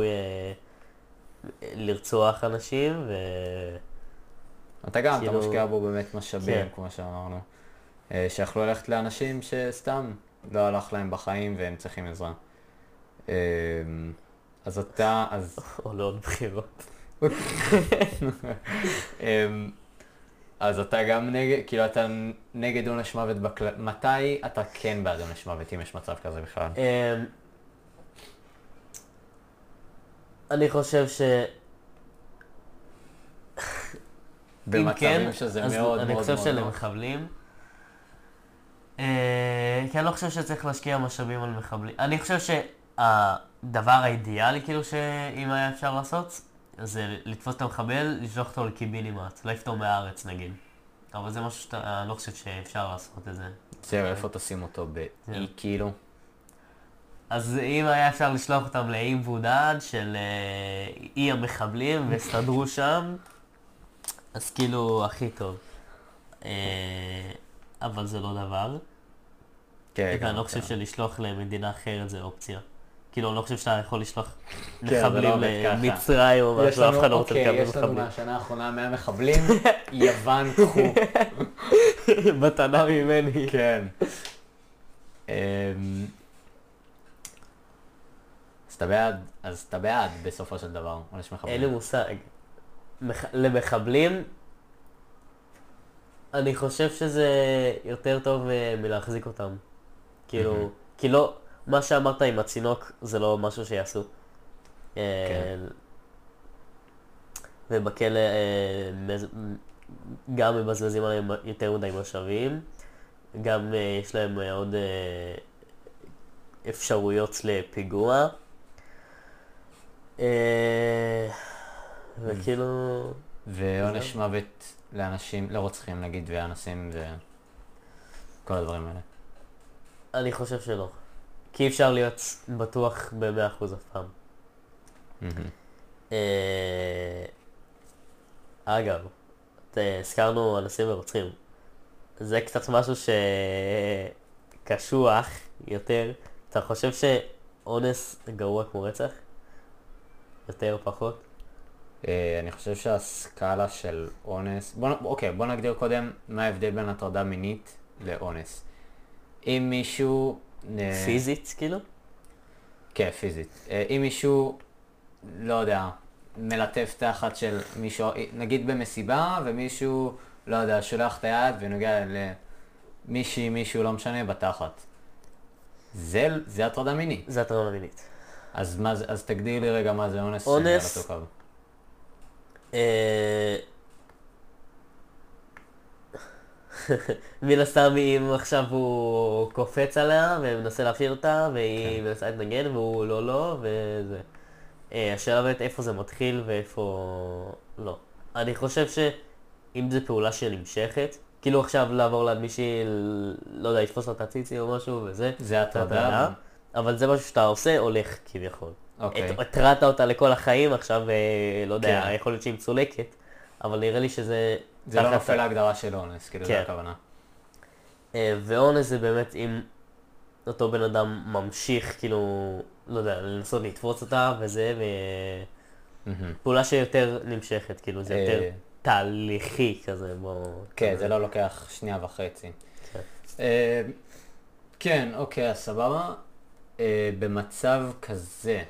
לרצוח אנשים אתה גם, אתה משקיע בו באמת משאבים, כמו שאמרנו, שיכלו ללכת לאנשים שסתם לא הלך להם בחיים והם צריכים עזרה. אז אתה, או לעוד בחירות. אז אתה גם נגד, כאילו אתה נגד עונש מוות מתי אתה כן בעד עונש מוות, אם יש מצב כזה בכלל? אני חושב במצבים שזה מאוד מאוד אני חושב שלמחבלים, כי אני לא חושב שצריך להשקיע משאבים על מחבלים. אני חושב שהדבר האידיאלי כאילו שאם היה אפשר לעשות, זה לתפוס את המחבל, לשלוח אותו לקיבינימט, להעיף אותו מהארץ נגיד. אבל זה משהו שאתה לא חושב שאפשר לעשות את זה. זהו, איפה תשים אותו באי כאילו? אז אם היה אפשר לשלוח אותם לאי מבודד של אי המחבלים והסתדרו שם, אז כאילו הכי טוב. אבל זה לא דבר. ואני לא חושב שלשלוח למדינה אחרת זה אופציה. כאילו, אני לא חושב שאתה יכול לשלוח מחבלים למצרים או משהו, אף אחד לא רוצה לקבל מחבלים. יש לנו מהשנה האחרונה 100 מחבלים, יוון קחו. מתנה ממני. כן. אז אתה בעד בסופו של דבר, עונש מחבלים. אין לי מושג. למחבלים, אני חושב שזה יותר טוב מלהחזיק אותם. כאילו, כי לא, מה שאמרת עם הצינוק זה לא משהו שיעשו. ובכלא גם מבזבזים עליהם יותר מדי משאבים, גם יש להם עוד אפשרויות לפיגוע. וכאילו... ועונש מוות לאנשים, לרוצחים נגיד, ואנסים זה... כל הדברים האלה. אני חושב שלא. כי אי אפשר להיות בטוח ב-100% אף פעם. אגב, הזכרנו אנסים ורוצחים. זה קצת משהו שקשוח יותר. אתה חושב שאונס גרוע כמו רצח? יותר, פחות? אני חושב שהסקאלה של אונס... בוא נגדיר קודם מה ההבדל בין הטרדה מינית לאונס. אם מישהו... פיזית, כאילו? כן, פיזית. אם מישהו, לא יודע, מלטף תחת של מישהו, נגיד במסיבה, ומישהו, לא יודע, שולח את היד ונוגע מישהו, לא משנה, בתחת. זה הטרדה מינית. זה הטרדה מינית. אז תגדיר לי רגע מה זה אונס. אונס... מן הסתם אם עכשיו הוא קופץ עליה ומנסה להפעיל אותה והיא מנסה להתנגד והוא לא וזה. השאלה באמת איפה זה מתחיל ואיפה לא. אני חושב שאם זה פעולה שנמשכת, כאילו עכשיו לעבור ליד מישהי, לא יודע, לתפוס לה את הציצי או משהו וזה. זה הטרדה. אבל זה משהו שאתה עושה, הולך כביכול. אוקיי. התרעת אותה לכל החיים עכשיו, לא יודע, יכול להיות שהיא מצולקת, אבל נראה לי שזה... זה לא נופל להגדרה של אונס, כאילו זה הכוונה. ואונס זה באמת אם אותו בן אדם ממשיך, כאילו, לא יודע, לנסות לתפוץ אותה וזה, פעולה שיותר נמשכת, כאילו זה יותר תהליכי כזה, בוא... כן, זה לא לוקח 2.5 שנים. כן, אוקיי, סבבה. במצב כזה,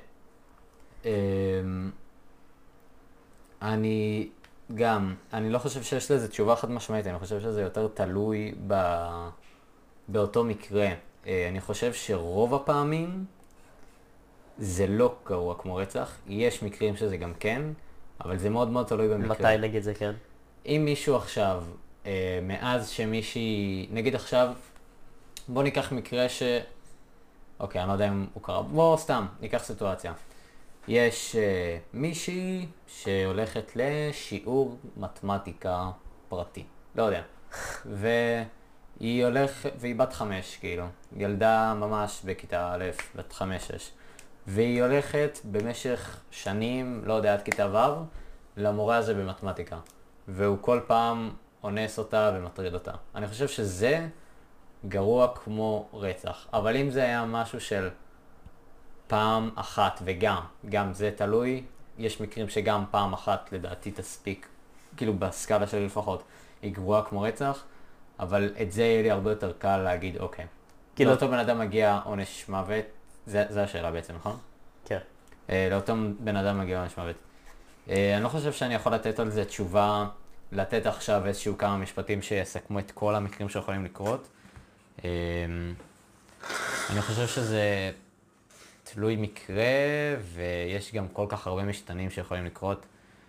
אני לא חושב שיש לזה תשובה חד משמעית, אני חושב שזה יותר תלוי באותו מקרה. אני חושב שרוב הפעמים זה לא גרוע כמו רצח, יש מקרים שזה גם כן, אבל זה מאוד מאוד תלוי במקרה. מתי נגיד זה כן? אם מישהו עכשיו, מאז שמישהי, נגיד עכשיו, בוא ניקח מקרה אוקיי, אני לא יודע אם הוא קרה, בוא סתם, ניקח סיטואציה. יש מישהי שהולכת לשיעור מתמטיקה פרטי, לא יודע. והיא בת 5, כאילו. ילדה ממש בכיתה א', בת 5-6. והיא הולכת במשך שנים, לא יודע, עד כיתה ו', למורה הזה במתמטיקה. והוא כל פעם אונס אותה ומטריד אותה. אני חושב שזה גרוע כמו רצח. אבל אם זה היה משהו של פעם אחת וגם זה תלוי, יש מקרים שגם פעם אחת לדעתי תספיק, כאילו בסקאלה שלי לפחות, היא גרועה כמו רצח, אבל את זה יהיה לי הרבה יותר קל להגיד, אוקיי. כאילו לאותו בן אדם מגיע עונש מוות, זה השאלה בעצם, נכון? כן. לאותו בן אדם מגיע עונש מוות. אני לא חושב שאני יכול לתת על זה תשובה, לתת עכשיו איזשהו כמה משפטים שיסכמו את כל המקרים שיכולים לקרות. אני חושב שזה תלוי מקרה, ויש גם כל כך הרבה משתנים שיכולים לקרות.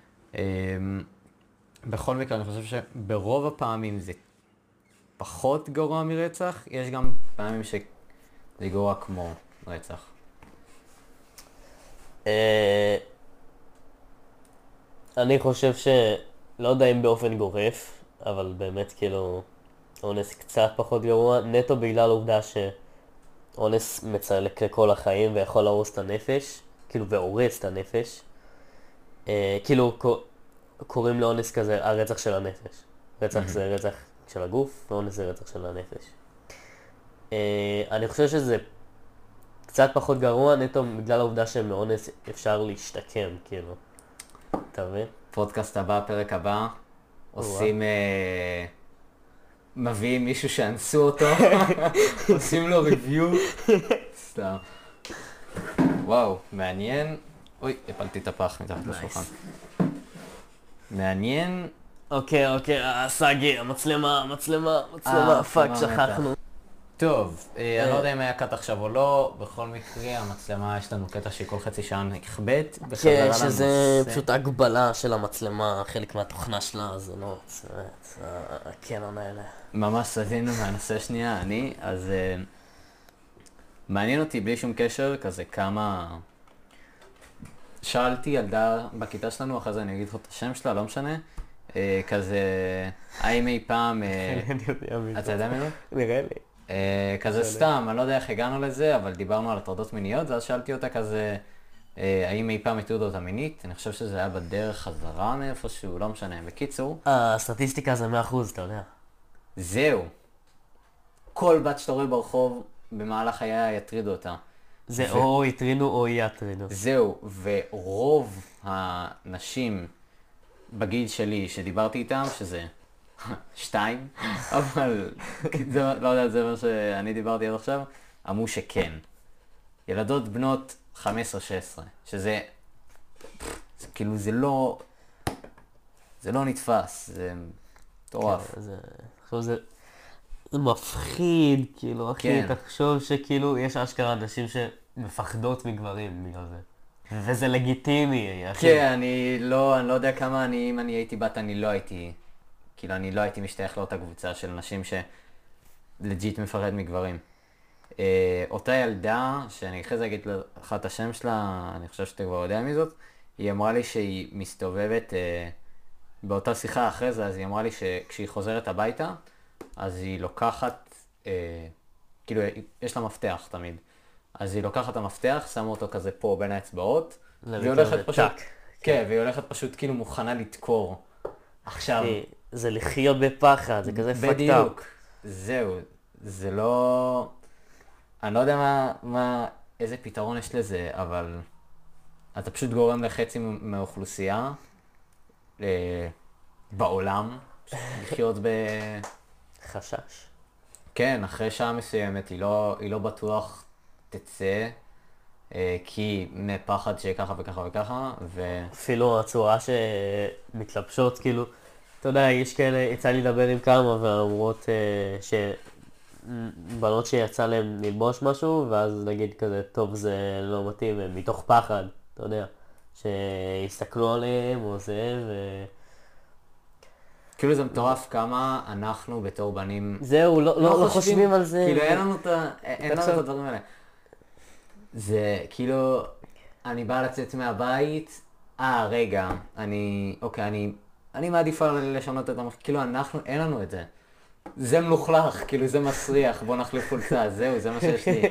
בכל מקרה, אני חושב שברוב הפעמים זה פחות גרוע מרצח, יש גם פעמים שזה גרוע כמו רצח. אני חושב לא יודע אם באופן גורף, אבל באמת כאילו אונס קצת פחות גרוע, נטו בגלל העובדה שאונס מצלק לכל החיים ויכול להרוס את הנפש, כאילו והורס את הנפש. כאילו קוראים לאונס כזה הרצח של הנפש. רצח זה רצח של הגוף, ואונס זה רצח של הנפש. אני חושב שזה קצת פחות גרוע, נטו בגלל העובדה שמאונס אפשר להשתקם, כאילו. אתה מבין? פודקאסט הבא, פרק הבא, עושים, מביאים מישהו שאנסו אותו, עושים לו ריוויו. סתם. וואו, מעניין. אוי, הפלתי את הפח מתחת לשולחן. מעניין. אוקיי, סגי, המצלמה, פאק, שכחנו. טוב, אני לא יודע אם היה קאט עכשיו או לא, בכל מקרה המצלמה יש לנו קטע שכל חצי שעה נכבד. כן, שזה פשוט הגבלה של המצלמה, חלק מהתוכנה שלה, זה לא, הקנון האלה. ממש סבינו מהנושא שנייה, אז מעניין אותי בלי שום קשר, כזה כמה... שאלתי ילדה בכיתה שלנו, אחרי זה אני אגיד לך את השם שלה, לא משנה. כזה, האם אי פעם, אני יודע מי אתה זה. יודע ממנו? נראה לי. כזה סתם, אני לא יודע איך הגענו לזה, אבל דיברנו על הטרדות מיניות, ואז שאלתי אותה כזה, האם אי פעם הטרידו אותה מינית? אני חושב שזה היה בדרך חזרה מאיפשהו, לא משנה. בקיצור, הסטטיסטיקה זה 100%, אתה יודע. זהו. כל בת שאתה רואה ברחוב, במהלך חייה יטרידו אותה. זה או יטרידו או יטרידו. זהו, ורוב הנשים בגיל שלי שדיברתי איתם, שזה 2, אבל לא יודע, זה מה שאני דיברתי עד עכשיו, אמרו שכן. ילדות בנות 15-16, שזה כאילו זה לא נתפס, זה מטורף. עכשיו זה מפחיד, כאילו, אחי, תחשוב שכאילו יש אשכרה אנשים שמפחדות מגברים בגלל זה. וזה לגיטימי, אחי. כן, אני לא יודע כמה אם אני הייתי בת, אני לא הייתי משתייך לאותה קבוצה של נשים שלג'יט מפחד מגברים. אותה ילדה, שאני אחרי זה אגיד לך את השם שלה, אני חושב שאתה כבר יודע מי זאת, היא אמרה לי שהיא מסתובבת באותה שיחה אחרי זה, אז היא אמרה לי שכשהיא חוזרת הביתה, אז היא לוקחת, כאילו יש לה מפתח תמיד, אז היא לוקחת את המפתח, שמה אותו כזה פה בין האצבעות, והיא הולכת פשוט, כן, והיא הולכת פשוט כאילו מוכנה לתקור. עכשיו, זה לחיות בפחד, זה כזה פקטאפ. בדיוק, זהו, זה לא, אני לא יודע איזה פתרון יש לזה, אבל אתה פשוט גורם לחצי מהאוכלוסייה בעולם לחיות חשש. כן, אחרי שעה מסוימת היא לא בטוח תצא, כי מפחד שככה וככה וככה, אפילו הצורה שמתלבשות, כאילו, אתה יודע, יש כאלה, יצא לי לדבר עם כמה ואומרות שבנות שיצא להם ללבוש משהו, ואז נגיד כזה, טוב, זה לא מתאים, מתוך פחד, אתה יודע, שיסתכלו עליהם או זה, כאילו זה מטורף כמה אנחנו בתור בנים... זהו, לא חושבים על זה. כאילו אין לנו את הדברים האלה. זה כאילו, אני בא לצאת מהבית, רגע, אני מעדיפה לשנות את המחיר, כאילו אין לנו את זה. זה מלוכלך, כאילו זה מסריח, בוא נחליף חולצה, זהו, זה מה שיש לי.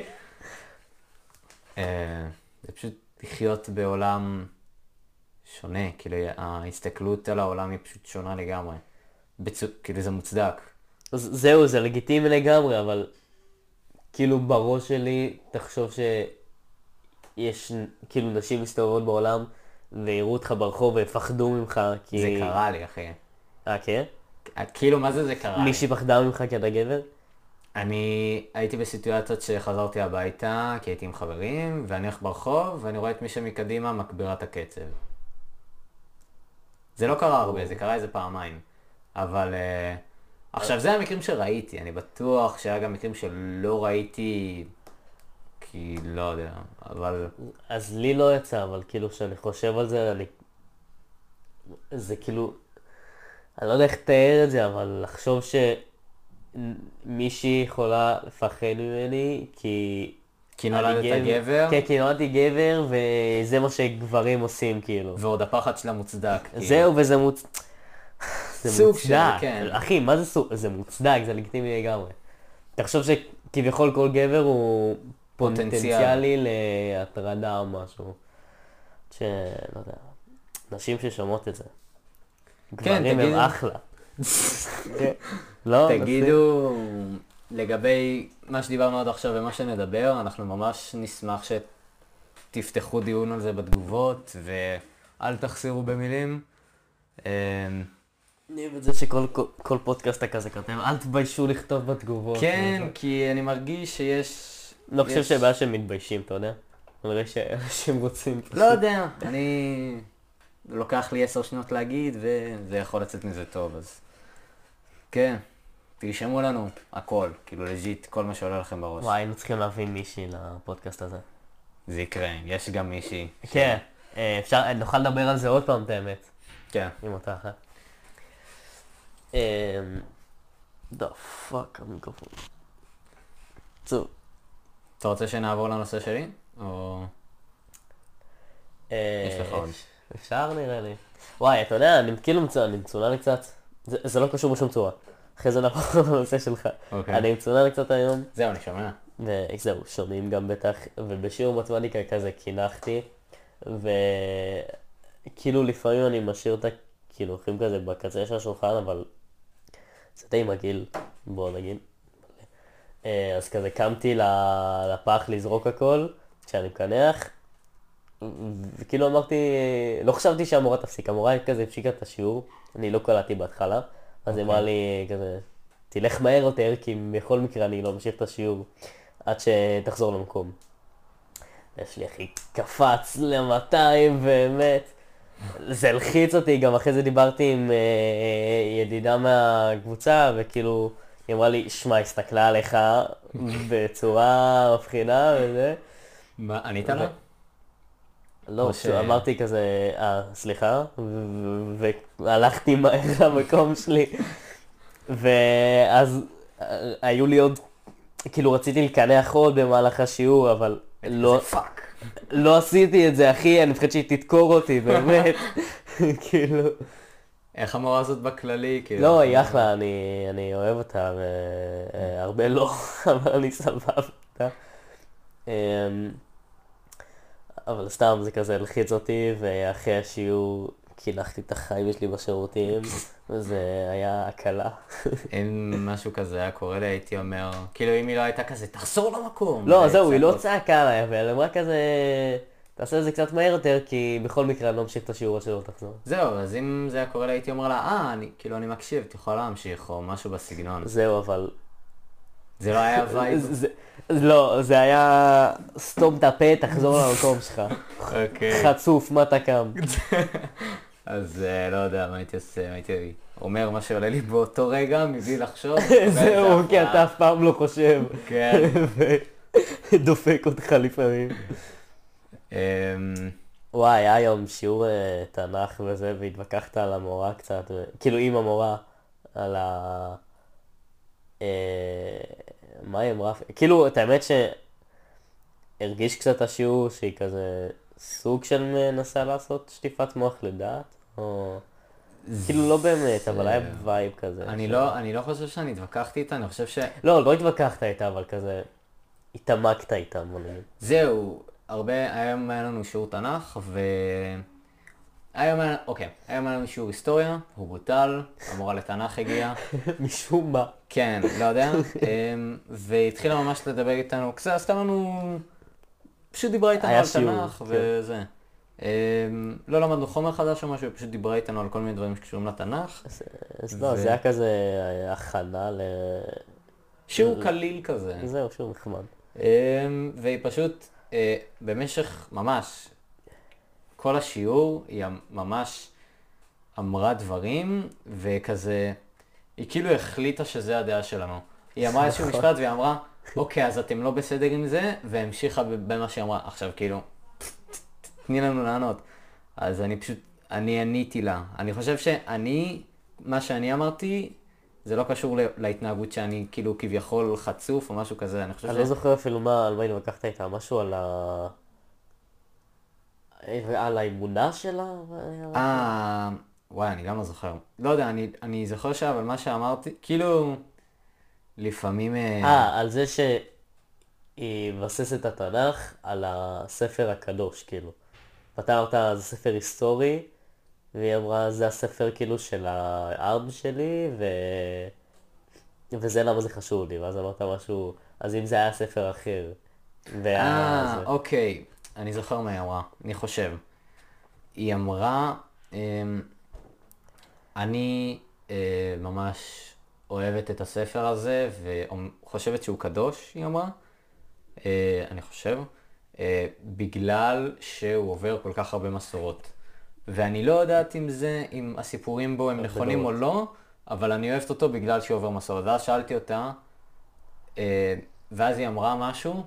זה פשוט לחיות בעולם שונה, כאילו ההסתכלות על העולם היא פשוט שונה לגמרי. כאילו זה מוצדק. זהו, זה לגיטימי לגמרי, אבל כאילו בראש שלי תחשוב שיש כאילו נשים מסתובבות בעולם ויראו אותך ברחוב ויפחדו ממך כי... זה קרה לי, אחי. כן? כאילו מה זה קרה לי? מישהי פחדה ממך כי אתה גבר? אני הייתי בסיטואציות שחזרתי הביתה כי הייתי עם חברים ואני הולך ברחוב ואני רואה את מי שמקדימה מגבירה את הקצב. זה לא קרה הרבה, זה קרה איזה פעמיים. אבל עכשיו זה המקרים שראיתי, אני בטוח שהיה גם מקרים שלא ראיתי כי לא יודע, אבל... אז לי לא יצא, אבל כאילו שאני חושב על זה, זה כאילו, אני לא יודע איך לתאר את זה, אבל לחשוב שמישהי יכולה לפחד ממני כי נולדת גבר? כן, כי נולדתי גבר וזה מה שגברים עושים כאילו. ועוד הפחד שלה מוצדק. זהו, וזה סוג של, כן. אחי, מה זה סוג? זה מוצדק, זה לגיטימי לגמרי. תחשוב שכביכול כל גבר הוא פוטנציאלי להטרדה או משהו. שלא יודע, נשים ששומעות את זה. גברים הם אחלה. תגידו, לגבי מה שדיברנו עד עכשיו ומה שנדבר, אנחנו ממש נשמח שתפתחו דיון על זה בתגובות ואל תחסירו במילים. אני אוהב את זה שכל פודקאסט כזה כותב, אל תביישו לכתוב בתגובות. כן, כי אני מרגיש שיש... לא חושב שהבעיה שהם מתביישים, אתה יודע? נראה שהם רוצים פשוט. לא יודע, אני... לוקח לי 10 שניות להגיד וזה יכול לצאת מזה טוב, אז... כן, תרשמו לנו הכל, כאילו לג'יט, כל מה שעולה לכם בראש. וואי, היינו צריכים להביא מישהי לפודקאסט הזה. זה יקרה, יש גם מישהי. כן, אפשר, נוכל לדבר על זה עוד פעם, את האמת. כן. עם אותה אחת. The fuck, המיקרופון. טוב. אתה רוצה שנעבור לנושא שלי? או... יש לך עוד? אפשר נראה לי. וואי, אתה יודע, אני כאילו אני מצונן קצת. זה לא קשור בשום צורה. אחרי זה נעבור לנושא שלך. אוקיי. אני מצונן קצת היום, זהו, אני שומע. וזהו, שומעים גם בטח, ובשיעור מתמטיקה כזה קינחתי, וכאילו לפעמים אני משאיר את הקינוחים כזה בקצה של השולחן, אבל זה די מגעיל, בוא נגיד. אז כזה קמתי לפח לזרוק הכל, כשאני מקנח, וכאילו אמרתי, לא חשבתי שהמורה תפסיק, המורה כזה הפסיקה את השיעור, אני לא קלטתי בהתחלה, אז היא אמרה לי כזה, תלך מהר יותר, כי בכל מקרה אני לא ממשיך את השיעור, עד שתחזור למקום. יש לי אחי קפץ ל-200 באמת, זה הלחיץ אותי, גם אחרי זה דיברתי עם ידידה מהקבוצה, וכאילו, היא אמרה לי, שמע, הסתכלה עליך בצורה מבחינה וזה. מה, ענית לה? לא, אמרתי כזה, סליחה, והלכתי מהר למקום שלי, ואז היו לי עוד, כאילו רציתי לקנח עוד במהלך השיעור, אבל לא עשיתי את זה, אחי, אני מפחד שהיא תדקור אותי, באמת, כאילו. איך המורה הזאת בכללי? לא, היא אחלה, אני אוהב אותה, והרבה לא, אבל אני סבבה אותה. אבל סתם זה כזה הלחיץ אותי, ואחרי השיעור קילחתי את החיים שלי בשירותים, וזה היה הקלה. אם משהו כזה היה קורה לי, הייתי אומר, כאילו אם היא לא הייתה כזה, תחזור למקום. לא, זהו, היא לא צעקה עליי, אבל אמרה כזה, תעשה את זה קצת מהר יותר, כי בכל מקרה אני לא ממשיך את השיעור עד שלא תחזור. זהו, אז אם זה היה קורה לי, הייתי אומר לה, אני מקשיב, את יכולה להמשיך, או משהו בסגנון. זהו, אבל... זה לא היה וייב? לא, זה היה סתום את הפה, תחזור למקום שלך. אוקיי. חצוף, מה אתה קם? אז לא יודע מה הייתי עושה, הייתי אומר מה שעולה לי באותו רגע, מבלי לחשוב. זהו, כי אתה אף פעם לא חושב. כן. ודופק אותך לפעמים. וואי, היה היום שיעור תנ"ך וזה, והתווכחת על המורה קצת, כאילו עם המורה, על ה... מה היא אמרה? כאילו, את האמת שהרגיש קצת השיעור שהיא כזה סוג של מנסה לעשות שטיפת מוח לדעת, או... כאילו לא באמת, אבל היה וייב כזה. אני לא חושב שאני התווכחתי איתה, אני חושב לא התווכחת איתה, אבל כזה התעמקת איתה, בוא נגיד. זהו, היום היה לנו שיעור תנ"ך, היום היה לנו שיעור היסטוריה, הוא בוטל, המורה לתנ"ך הגיעה. משום מה. כן, לא יודע, והתחילה ממש לדבר איתנו, קצת עשתה לנו, פשוט דיברה איתנו על תנ"ך וזה. לא למדנו חומר חדש או משהו, פשוט דיברה איתנו על כל מיני דברים שקשורים לתנ"ך. אז לא, זה היה כזה הכנה ל... שיעור קליל כזה. זהו, שיעור נחמד. והיא פשוט, במשך ממש, כל השיעור, היא ממש אמרה דברים, וכזה, היא כאילו החליטה שזה הדעה שלנו. היא אמרה איזשהו משפט והיא אמרה, אוקיי, אז אתם לא בסדר עם זה, והמשיכה במה שהיא אמרה. עכשיו, כאילו, תני לנו לענות. אז אני עניתי לה. אני חושב מה שאני אמרתי, זה לא קשור להתנהגות שאני כאילו כביכול חצוף או משהו כזה. אני לא זוכר אפילו על מה התווכחת איתה, משהו על האמונה שלה? וואי, אני גם לא זוכר. לא יודע, אני זוכר אבל מה שאמרתי, כאילו, לפעמים... על זה שהיא מבססת את התנ"ך על הספר הקדוש, כאילו. ואתה אמרת, זה ספר היסטורי, והיא אמרה, זה הספר כאילו של הארב שלי, וזה למה זה חשוב לי. ואז אמרת משהו, אז אם זה היה ספר אחר. אוקיי. אני זוכר מה היא אמרה, אני חושב. היא אמרה, אני ממש אוהבת את הספר הזה, וחושבת שהוא קדוש, היא אמרה, אני חושב, בגלל שהוא עובר כל כך הרבה מסורות. ואני לא יודעת אם הסיפורים בו הם נכונים או לא, אבל אני אוהבת אותו בגלל שהוא עובר מסורות. ואז שאלתי אותה, ואז היא אמרה משהו,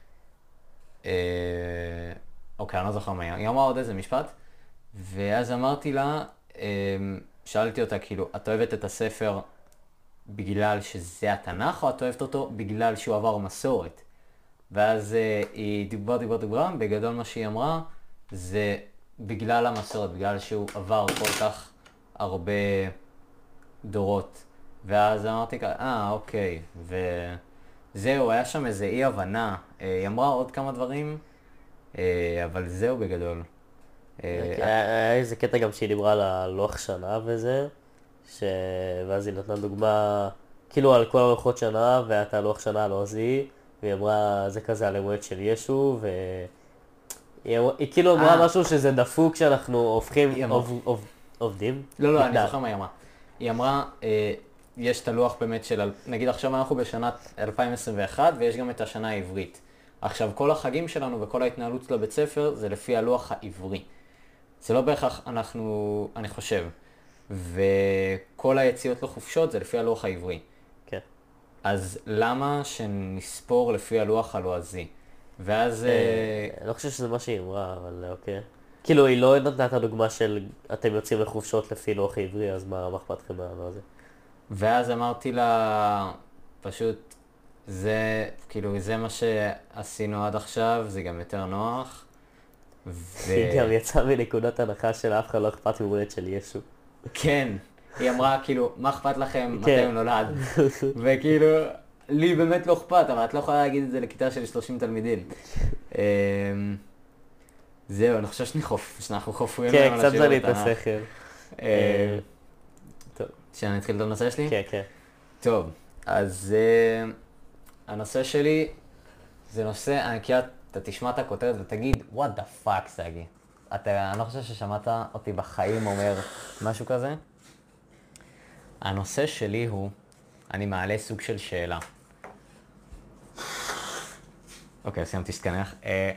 אוקיי, אני לא זוכר מה היא אמרה עוד איזה משפט, ואז אמרתי לה, שאלתי אותה, כאילו, את אוהבת את הספר בגלל שזה התנ"ך, או את אוהבת אותו בגלל שהוא עבר מסורת? ואז היא דיברה, בגדול מה שהיא אמרה, זה בגלל המסורת, בגלל שהוא עבר כל כך הרבה דורות. ואז אמרתי ככה, אוקיי. וזהו, היה שם איזה אי הבנה. היא אמרה עוד כמה דברים, אבל זהו בגדול. היה איזה קטע גם שהיא דיברה על הלוח שנה וזה, ואז היא נתנה דוגמה, כאילו על כל הלוחות שנה, ואת הלוח שנה הלועזי, והיא אמרה, זה כזה על המועד של ישו, היא כאילו אמרה משהו שזה דפוק שאנחנו הופכים, עובדים. לא, אני זוכר מה היא אמרה. היא אמרה, יש את הלוח באמת של, נגיד עכשיו אנחנו בשנת 2021, ויש גם את השנה העברית. עכשיו, כל החגים שלנו וכל ההתנהלות לבית ספר זה לפי הלוח העברי. זה לא בהכרח אני חושב. וכל היציאות לחופשות זה לפי הלוח העברי. כן. אז למה שנספור לפי הלוח הלועזי? ואז... אני לא חושב שזה מה שהיא אמרה, אבל אוקיי. כאילו, היא לא נתנה את הדוגמה של אתם יוצאים לחופשות לפי לוח העברי, אז מה אכפת לכם מהלוע הזה? ואז אמרתי לה, פשוט, זה מה שעשינו עד עכשיו, זה גם יותר נוח. היא גם יצאה מנקודת הנחה של אף אחד לא אכפת ממולדת של ישו. כן, היא אמרה כאילו, מה אכפת לכם מתי הוא נולד? וכאילו, לי באמת לא אכפת, אבל את לא יכולה להגיד את זה לכיתה של 30 תלמידים. זהו, אני חושב שאנחנו חופרים להם על השיעור התנ"ך. כן, קצת זנית השכל. טוב. שאני אתחיל את הנושא שלי? כן, כן. טוב, אז הנושא שלי זה נושא, אתה תשמע את הכותרת ותגיד, what the fuck, סגי. אני לא חושב ששמעת אותי בחיים אומר משהו כזה. הנושא שלי הוא, אני מעלה סוג של שאלה. אוקיי, סיימתי שתקנח.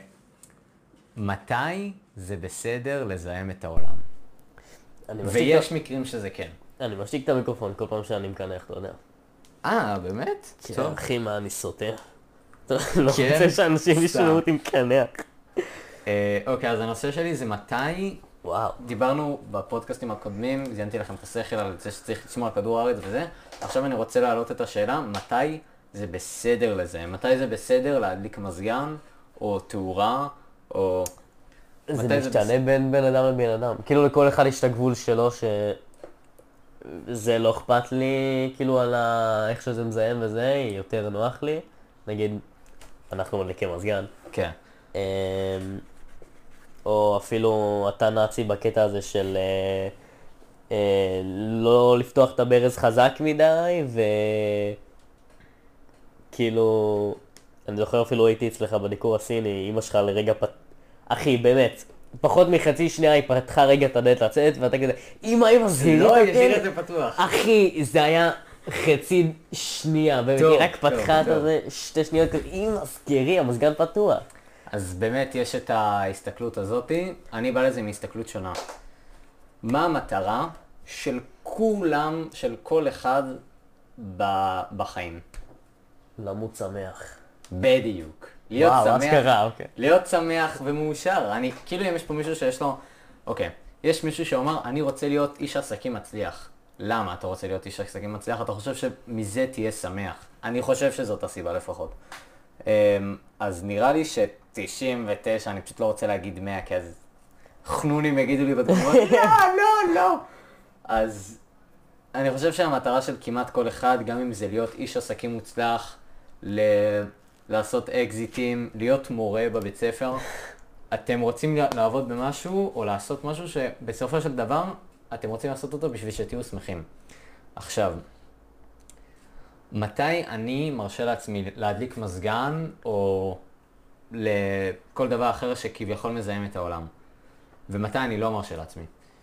מתי זה בסדר לזהם את העולם? ויש מקרים שזה כן. אני משתיק את המיקרופון כל פעם שאני מקנח, אתה יודע. באמת? כן, אחי, מה אני סוטה? לא רוצה שאנשים ישמעו אותי מקנח. אוקיי, אז הנושא שלי זה מתי... וואו. דיברנו בפודקאסטים הקודמים, זיינתי לכם את השכל על זה שצריך לשמור על כדור הארץ וזה. עכשיו אני רוצה להעלות את השאלה, מתי זה בסדר לזה? מתי זה בסדר להדליק מזגן, או תאורה, או... זה משתנה בין בן אדם לבן אדם. כאילו לכל אחד יש את הגבול שלו שזה לא אכפת לי, כאילו על איך שזה מזהם וזה, יותר נוח לי. נגיד, אנחנו מדליקים מזגן. כן. או אפילו אתה נאצי בקטע הזה של לא לפתוח את הברז חזק מדי, וכאילו, אני זוכר אפילו הייתי אצלך בדיקור הסיני, אמא שלך לרגע אחי, באמת, פחות מחצי שנייה היא פתחה רגע את הדלת לצאת, ואתה כזה, אמא, סגרי לא, ישאיר את זה פתוח. אחי, זה היה חצי שנייה, באמת, היא רק פתחה את זה, 2 שניות, אמא, סגרי, המזגן פתוח. אז באמת יש את ההסתכלות הזאת, אני בא לזה מהסתכלות שונה. מה המטרה של כולם, של כל אחד בחיים? למות שמח. בדיוק. להיות וואו, שמח, אשכרה, אוקיי. להיות שמח ומאושר. כאילו אם יש פה מישהו שיש לו, אוקיי, יש מישהו שאומר, אני רוצה להיות איש עסקים מצליח. למה אתה רוצה להיות איש עסקים מצליח? אתה חושב שמזה תהיה שמח. אני חושב שזאת הסיבה לפחות. אז נראה לי ש99, אני פשוט לא רוצה להגיד 100, כי אז חנונים יגידו לי בתגובות, לא. אז אני חושב שהמטרה של כמעט כל אחד, גם אם זה להיות איש עסקים מוצלח, לעשות אקזיטים, להיות מורה בבית ספר, אתם רוצים לעבוד במשהו או לעשות משהו שבסופו של דבר אתם רוצים לעשות אותו בשביל שתהיו שמחים. עכשיו, מתי אני מרשה לעצמי להדליק מזגן או לכל דבר אחר שכביכול מזהם את העולם? ומתי אני לא מרשה לעצמי?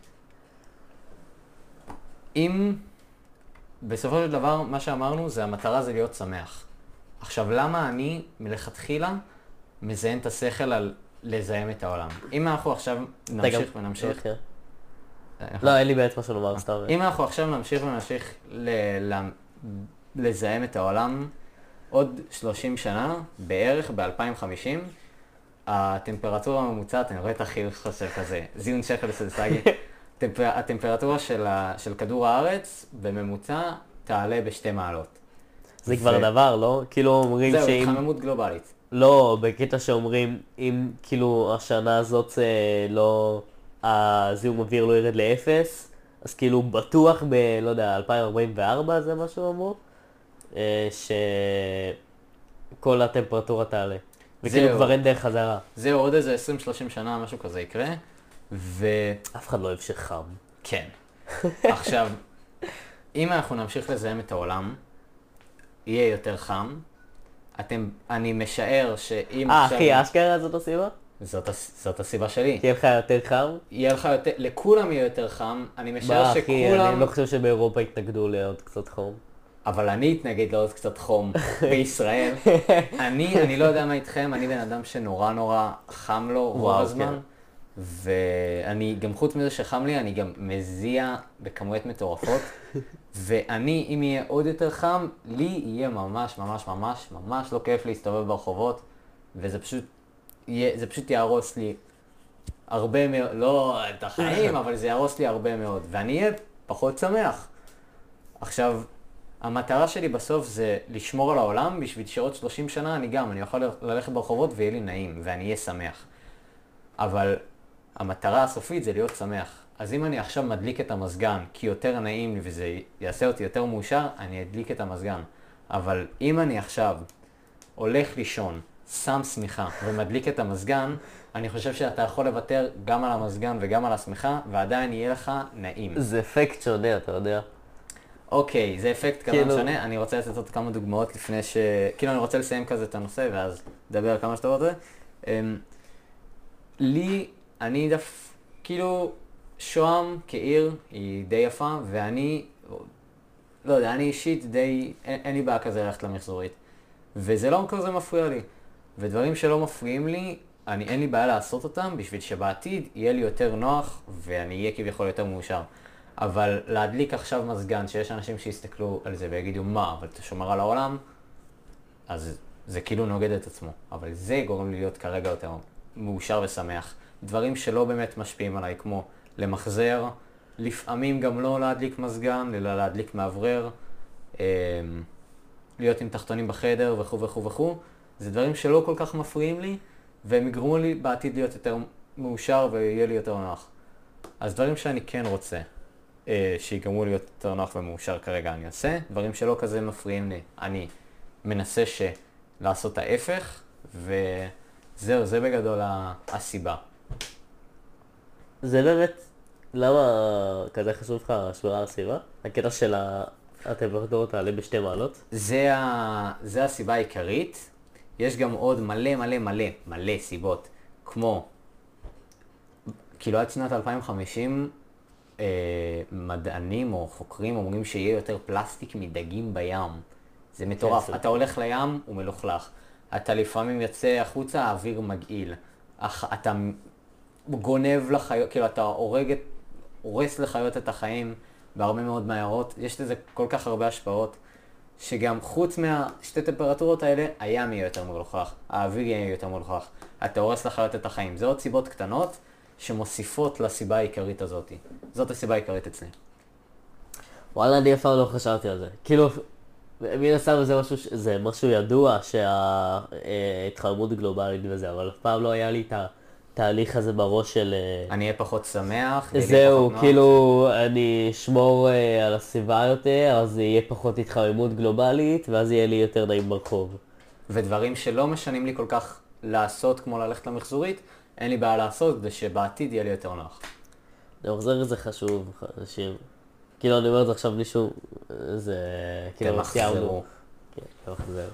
אם בסופו של דבר מה שאמרנו זה המטרה זה להיות שמח. עכשיו למה אני מלכתחילה מזיין את השכל על לזהם את העולם? אם אנחנו עכשיו נמשיך ונמשיך... לא, אין לי בעצם משהו לומר, סתם. אם אנחנו עכשיו נמשיך ונמשיך לזהם את העולם עוד 30 שנה, בערך ב-2050, הטמפרטורה הממוצעת, אני רואה את החיוך חושב כזה, זיון שכל סלסגי, הטמפרטורה של כדור הארץ בממוצע תעלה ב2 מעלות. זה כבר דבר, לא? כאילו אומרים זהו, התחממות גלובלית. לא, בקטע שאומרים, אם כאילו השנה הזאת לא... הזיהום אוויר לא ירד לאפס, אז כאילו בטוח לא יודע, 2044 זה מה שהוא אמרו, שכל הטמפרטורה תעלה. וכאילו זהו. כבר אין דרך חזרה. זהו, עוד איזה 20-30 שנה משהו כזה יקרה, אף אחד לא אוהב שחם. כן. עכשיו, אם אנחנו נמשיך לזהם את העולם, יהיה יותר חם. אני משער שאם אחי, אשכרה זאת הסיבה? זאת הסיבה שלי. כי יהיה לך יותר חם? יהיה לך יותר, לכולם יהיה יותר חם. אני משער מה אחי, שכולם... אני לא חושב שבאירופה יתנגדו לעוד קצת חום. אבל אני אתנגד לעוד קצת חום בישראל. אני לא יודע מה איתכם, אני בן אדם שנורא חם לו רוב הזמן. ואני, גם חוץ מזה שחם לי, אני גם מזיע בכמויות מטורפות. ואני, אם יהיה עוד יותר חם, לי יהיה ממש לא כיף להסתובב ברחובות. וזה פשוט יהרוס לי הרבה מאוד, לא את החיים, אבל זה יהרוס לי הרבה מאוד. ואני אהיה פחות שמח. עכשיו, המטרה שלי בסוף זה לשמור על העולם, בשביל שעוד 30 שנה אני יכול ללכת ברחובות ויהיה לי נעים, ואני אהיה שמח. אבל המטרה הסופית זה להיות שמח. אז אם אני עכשיו מדליק את המזגן, כי יותר נעים לי וזה יעשה אותי יותר מאושר, אני אדליק את המזגן. אבל אם אני עכשיו הולך לישון, שם שמיכה ומדליק את המזגן, אני חושב שאתה יכול לוותר גם על המזגן וגם על השמיכה, ועדיין יהיה לך נעים. זה אפקט שונה, אתה יודע. אוקיי, זה אפקט כזה משנה. אני רוצה לתת עוד כמה דוגמאות לפני כאילו אני רוצה לסיים כזה את הנושא, ואז לדבר על כמה שאתה רוצה. אני כאילו, שוהם כעיר היא די יפה, ואני, לא יודע, אני אישית די, אין לי בעיה כזה ללכת למחזורית. וזה לא כזה מפריע לי. ודברים שלא מפריעים לי, אין לי בעיה לעשות אותם, בשביל שבעתיד יהיה לי יותר נוח, ואני אהיה כביכול יותר מאושר. אבל להדליק עכשיו מזגן, שיש אנשים שיסתכלו על זה ויגידו, מה, אבל אתה שומר על העולם? אז זה כאילו נוגד את עצמו. אבל זה גורם לי להיות כרגע יותר מאושר ושמח. דברים שלא באמת משפיעים עליי, כמו למחזר, לפעמים גם לא להדליק מזגן, אלא להדליק מאוורר, להיות עם תחתונים בחדר וכו'. זה דברים שלא כל כך מפריעים לי, והם יגרמו לי בעתיד להיות יותר מאושר ויהיה לי יותר נוח. אז דברים שאני כן רוצה, שיגרמו להיות יותר נוח ומאושר כרגע אני אעשה. דברים שלא כזה מפריעים לי, אני מנסה לעשות ההפך, וזהו, זה בגדול הסיבה. זה באמת, למה כזה חשוב לך השמירה על הסביבה? הקטע של הטמפרטורה תעלה ב2 מעלות? זה הסיבה העיקרית. יש גם עוד מלא סיבות, כמו, כאילו עד שנת 2050, מדענים או חוקרים אומרים שיהיה יותר פלסטיק מדגים בים. זה מטורף. אתה הולך לים, הוא מלוכלך. אתה לפעמים יוצא החוצה, האוויר מגעיל. אתה גונב לחיות, כאילו אתה הורס לחיות את החיים בהרבה מאוד מהירות. יש לזה כל כך הרבה השפעות, שגם חוץ מהשתי טמפרטורות האלה, הים יהיה יותר מלוכלך, האוויר יהיה יותר מלוכלך. אתה הורס לחיות את החיים. זה עוד סיבות קטנות שמוסיפות לסיבה העיקרית הזאת. זאת הסיבה העיקרית אצלי. וואלה, אני אף פעם לא חשבתי על זה. כאילו, מן הסתם זה משהו ידוע שההתחממות גלובלית וזה, אבל אף פעם לא היה לי את התהליך הזה בראש של... אני אהיה פחות שמח. זהו, כאילו, אני אשמור על הסביבה יותר, אז יהיה פחות התחממות גלובלית, ואז יהיה לי יותר נעים ברחוב. ודברים שלא משנים לי כל כך לעשות, כמו ללכת למחזורית, אין לי בעיה לעשות, ושבעתיד יהיה לי יותר נוח. למחזר זה חשוב, אנשים. כאילו, אני אומר את זה עכשיו מישהו, זה... תמחזרו. כן, תמחזר.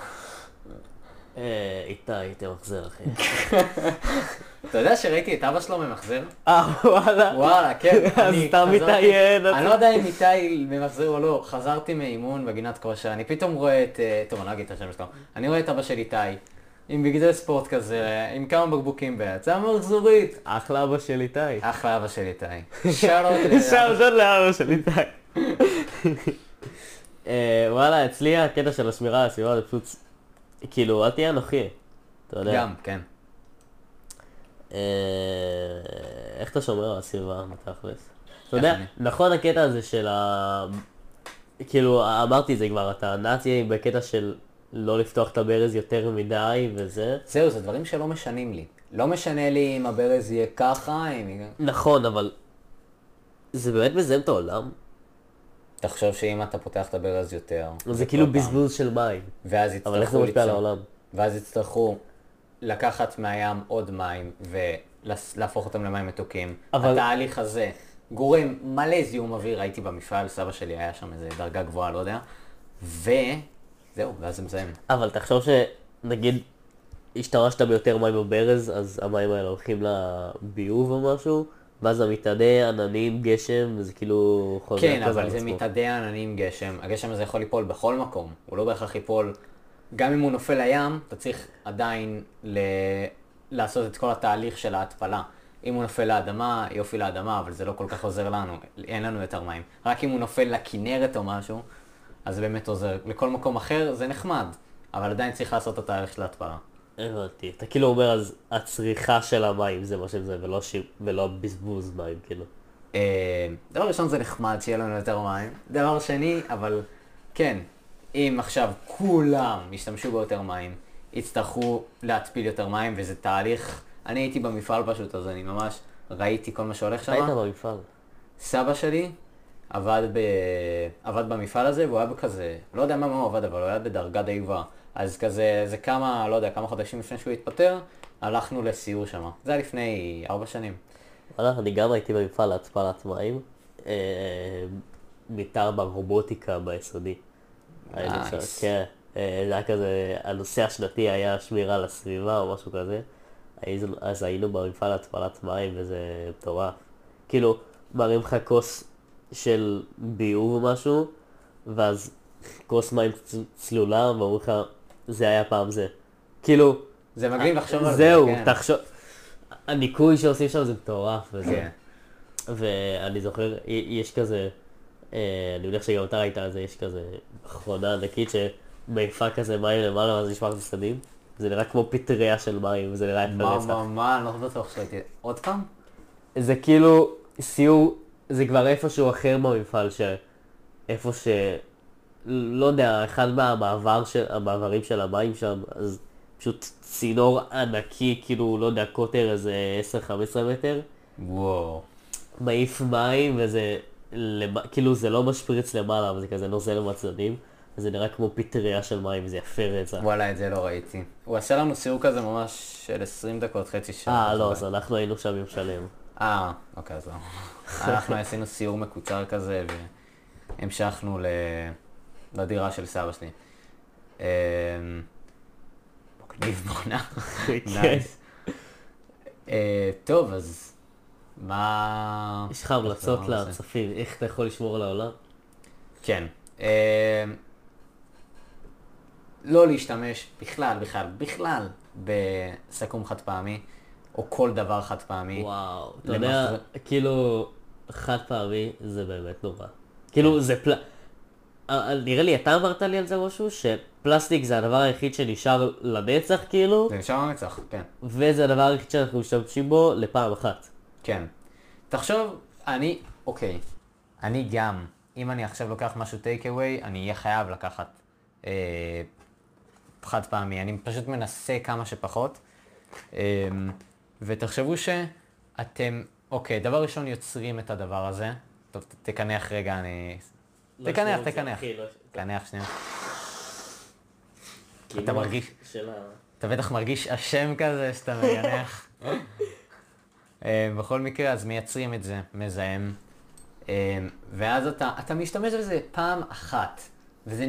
איתי, תמחזר, אחי. אתה יודע שראיתי את אבא שלו ממחזר? וואלה. וואלה, כן. אז סתם מתעיין. אני לא יודע אם איתי ממחזר או לא. חזרתי מאימון בגינת כושר. אני פתאום רואה את... טוב, אני לא אגיד את השם שלו. אני רואה את אבא של איתי, עם בגדי ספורט כזה, עם כמה בקבוקים ביד. זה המחזורית. אחלה אבא של איתי. אחלה אבא של איתי. שאלות לאבא של איתי. וואלה, אצלי הקטע של השמירה על הסביבה זה פשוט... כאילו, אל תהיה אנוכי. אתה יודע. גם, כן. איך אתה שומר על הסביבה, בתכלס? אתה יודע, נכון הקטע הזה של כאילו, אמרתי את זה כבר, אתה נאצי בקטע של לא לפתוח את הברז יותר מדי וזה. זהו, זה דברים שלא משנים לי. לא משנה לי אם הברז יהיה ככה, אם... נכון, אבל זה באמת מזהם את העולם? תחשוב שאם אתה פותח את הברז יותר... זה כאילו כל פעם, בזבוז של מים. ואז אבל איך זה יצטרכו משפיע על ליצור- העולם? ואז יצטרכו לקחת מהים עוד מים ולהפוך אותם למים מתוקים. אבל- התהליך הזה גורם מלא זיהום אוויר, הייתי במפעל, סבא שלי היה שם איזה דרגה גבוהה, לא יודע. וזהו, ואז זה מזהם. אבל תחשוב שנגיד השתמשת ביותר מים בברז, אז המים האלה הולכים לביוב או משהו, ואז זה מתאדה, עננים, גשם, וזה כאילו חוזר כן, חוזר אבל על זה עצמו. מתאדה עננים גשם. הגשם הזה יכול ליפול בכל מקום. הוא לא בהכרח ייפול. גם אם הוא נופל לים, אתה צריך עדיין לעשות את כל התהליך של ההתפלה. אם הוא נופל לאדמה, יופי לאדמה, אבל זה לא כל כך עוזר לנו. אין לנו יותר מים. רק אם הוא נופל לכנרת או משהו, אז זה באמת עוזר. לכל מקום אחר זה נחמד, אבל עדיין צריך לעשות את התהליך של ההתפלה. הבנתי. אתה כאילו אומר אז הצריכה של המים זה מה שזה, ולא בזבוז מים, כאילו. דבר ראשון זה נחמד שיהיה לנו יותר מים. דבר שני, אבל כן, אם עכשיו כולם ישתמשו ביותר מים, יצטרכו להתפיל יותר מים, וזה תהליך, אני הייתי במפעל פשוט, אז אני ממש ראיתי כל מה שהולך היית שם. במפעל. סבא שלי עבד במפעל הזה, והוא היה בכזה, לא יודע מה הוא עבד, אבל הוא היה בדרגה די גבוהה. אז כזה, זה כמה, לא יודע, כמה חודשים לפני שהוא התפטר, הלכנו לסיור שם. זה היה לפני 4 שנים. וואלה, אני גם הייתי במפעל להתפלת מים, מטעם הרובוטיקה ביסודי. היינו שם, Nice. כן, זה היה כזה, הנושא השנתי היה שמירה על הסביבה או משהו כזה. אז היינו במפעל להתפלת מים וזה מטורף. כאילו, מראים לך כוס של ביוב או משהו, ואז כוס מים צלולה, ואומרים לך, זה היה פעם זה. כאילו, זה מגניב לחשוב על זה, זהו, כן. תחשוב, הניקוי שעושים שם זה מטורף וזה. כן. ואני זוכר, יש כזה, אני מניח שגם אתה ראית על זה, יש כזה מכונה ענקית שמעיפה כזה מים למעלה ואז נשמע את הסדים. זה נראה כמו פטריה של מים, וזה נראה יפה רצח. מה, אני לא בטוח שראיתי. עוד פעם? זה כאילו סיור, זה כבר איפשהו אחר במפעל, איפה לא יודע, אחד המעברים של המים שם, אז פשוט צינור ענקי, כאילו, לא יודע, קוטר איזה 10-15 מטר, וואו. מעיף מים, וזה, כאילו, זה לא משפריץ למעלה, אבל זה כזה נוזל מהצדדים, וזה נראה כמו פטריה של מים, וזה יפה רצח. וואלה, את זה לא ראיתי. הוא עשה לנו סיור כזה ממש של 20 דקות, חצי שעה. לא, אז אנחנו היינו שם יום שלם. אוקיי, אז לא. אנחנו עשינו סיור מקוצר כזה, והמשכנו לדירה של סבא שלי. מגניב בונה. נייס. טוב, אז מה... יש לך המלצות איך אתה אומר לצופים, איך אתה יכול לשמור על העולם? כן. לא להשתמש בכלל בסכו"ם חד פעמי, או כל דבר חד פעמי. וואו, אתה יודע, כאילו, חד פעמי זה באמת נורא. כאילו, זה נראה לי, אתה אמרת לי על זה משהו, שפלסטיק זה הדבר היחיד שנשאר לנצח, כאילו, זה נשאר לנצח, כן. וזה הדבר היחיד שאנחנו משתמשים בו לפעם אחת. כן. תחשוב, אני גם, אם אני עכשיו לוקח משהו טייק אווי, אני אהיה חייב לקחת חד פעמי. אני פשוט מנסה כמה שפחות. ותחשבו שאתם, דבר ראשון יוצרים את הדבר הזה. טוב, תקנח רגע, תקנח. תקנח שנייה. אתה מרגיש, אתה בטח מרגיש אשם כזה שאתה מגנח. בכל מקרה, אז מייצרים את זה, מזהם. ואז אתה משתמש בזה פעם אחת. וזה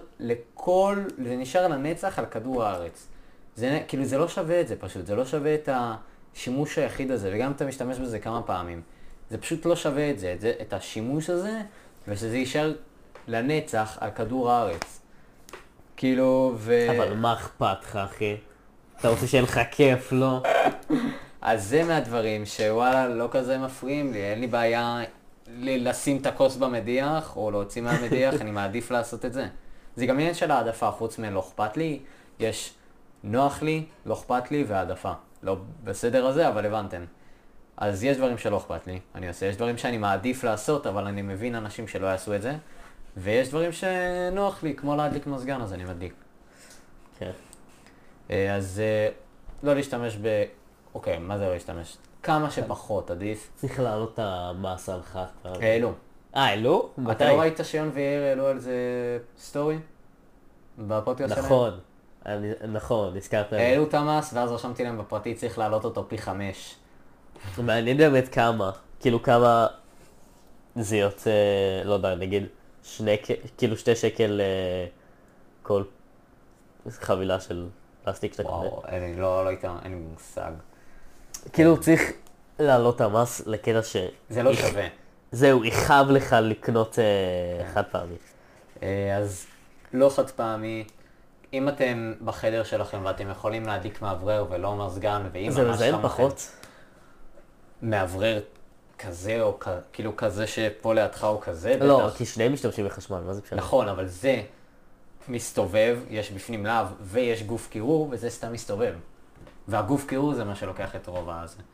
נשאר לנצח על כדור הארץ. כאילו זה לא שווה את זה פשוט, זה לא שווה את השימוש היחיד הזה, וגם אם אתה משתמש בזה כמה פעמים. זה פשוט לא שווה את זה, את השימוש הזה, ושזה יישאר לנצח על כדור הארץ. כאילו, אבל מה אכפת לך, אחי? אתה רוצה שיהיה לך כיף, לא? אז זה מהדברים שוואלה לא כזה מפריעים לי, אין לי בעיה לשים את הכוס במדיח או להוציא מהמדיח, אני מעדיף לעשות את זה. זה גם עניין של העדפה, חוץ מלא אכפת לי, יש נוח לי, לא אכפת לי והעדפה. לא בסדר הזה, אבל הבנתם. אז יש דברים שלא אכפת לי, אני עושה, יש דברים שאני מעדיף לעשות, אבל אני מבין אנשים שלא יעשו את זה, ויש דברים שנוח לי, כמו להדליק מזגן, אז אני מדליק. כן. אז לא להשתמש אוקיי, מה זה לא להשתמש? כמה שפחות עדיף. צריך להעלות את המס על חד פעם. העלו. העלו? מתי? אתה לא ראית שיון ויאיר העלו על זה סטורי? בפודקאסט שלהם? נכון. נכון, הזכרת. העלו את המס, ואז רשמתי להם בפרטי, צריך להעלות אותו פי 5. מעניין באמת כמה. כאילו כמה זה יוצא, לא יודע, נגיד, כאילו 2 שקל כל חבילה של פלסטיק שאתה קונה. וואו, לא איתה, אין לי מושג. כאילו צריך להעלות את המס לקטע ש... זה לא שווה. זהו, יכאב לך לקנות חד פעמי. אז לא חד פעמי. אם אתם בחדר שלכם ואתם יכולים להדליק מאוורר ולא מזגן, ואם זה ממש מזהם שם לכם פחות? מאוורר כזה או כאילו כזה שפה לידך או כזה, לא, בטח. כי שניהם משתמשים בחשמל, מה זה משנה? נכון, אבל זה מסתובב, יש בפנים להב ויש גוף קירור, וזה סתם מסתובב. והגוף קירור זה מה שלוקח את רוב הזה.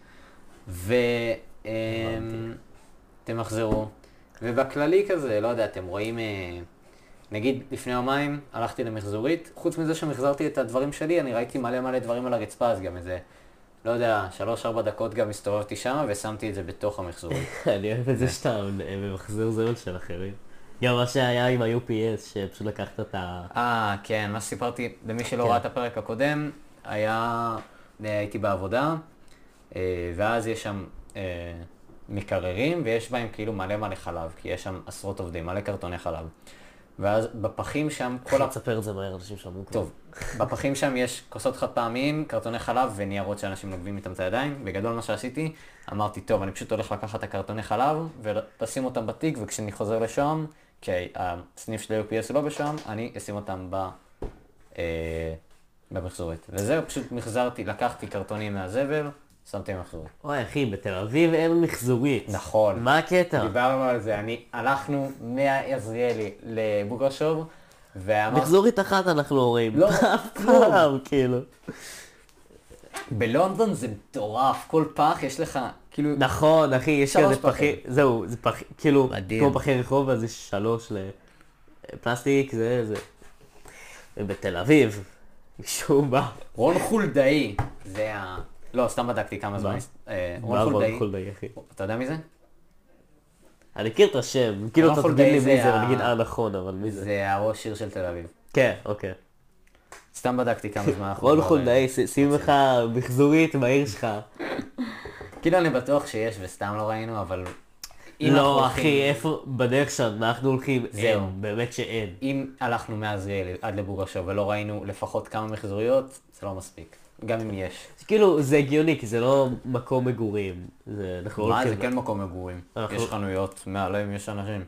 תמחזרו. ובכללי כזה, לא יודע, אתם רואים, נגיד לפני יומיים הלכתי למחזורית, חוץ מזה שמחזרתי את הדברים שלי, אני ראיתי מלא דברים על הרצפה, אז גם איזה, לא יודע, 3-4 דקות גם הסתובבתי שם ושמתי את זה בתוך המחזורית. אני אוהב את זה שאתה ממחזר זבל של אחרים. גם מה שהיה עם ה-UPS, שפשוט לקחת את ה... כן, מה שסיפרתי, למי שלא כן. ראה את הפרק הקודם, הייתי בעבודה, ואז יש שם מקררים, ויש בהם כאילו מלא חלב, כי יש שם עשרות עובדים, מלא קרטוני חלב. ואז בפחים שם, תספר את זה מהר, אנשים שמעו כבר. טוב, בפחים שם יש כוסות חד פעמיים, קרטוני חלב וניירות שאנשים נוגבים איתם את הידיים. בגדול מה שעשיתי, אמרתי, טוב, אני פשוט הולך לקחת את הקרטוני חלב ולשים אותם בתיק, וכשאני חוזר לשם, כי הסניף של ה-UPS לא בשם, אני אשים אותם במחזורית. וזהו, פשוט מחזרתי, לקחתי קרטונים מהזבל, שמתי במחזורית. וואי אחי, בתל אביב אין מחזורית. נכון. מה הקטע? דיברנו על זה, הלכנו מעזריאלי לבוגרשוב, ואמרתי... מחזורית אחת אנחנו לא רואים. לא, אף פעם, כאילו. בלונדון זה מטורף, כל פח יש לך, כאילו... נכון, אחי, יש 3 כזה פחים. זהו, זה פח, כאילו, מדהים. כמו פחי רחוב, אז יש 3 לפלסטיק, זה. ובתל אביב, משום מה. רון חולדאי, זה ה... לא, סתם בדקתי כמה זמן. רון חולדאי, אחי. אתה יודע מי זה? אני מכיר את השם, כאילו אתה תגיד לי מי זה, אני אגיד נכון, אבל מי זה? זה הראש שיר של תל אביב. כן, אוקיי. סתם בדקתי כמה זמן. רון חולדאי, שים לך מחזורית בעיר שלך. כאילו אני בטוח שיש וסתם לא ראינו, אבל... לא, אחי, איפה, בדרך שאנחנו הולכים, זהו. אין, באמת שאין. אם הלכנו מעזריאלי עד לבוגרשוב ולא ראינו לפחות כמה מחזוריות, זה לא מספיק. גם אם יש. כאילו, זה הגיוני, כי זה לא מקום מגורים. מה, זה כן מקום מגורים. יש חנויות, מעליהם יש אנשים.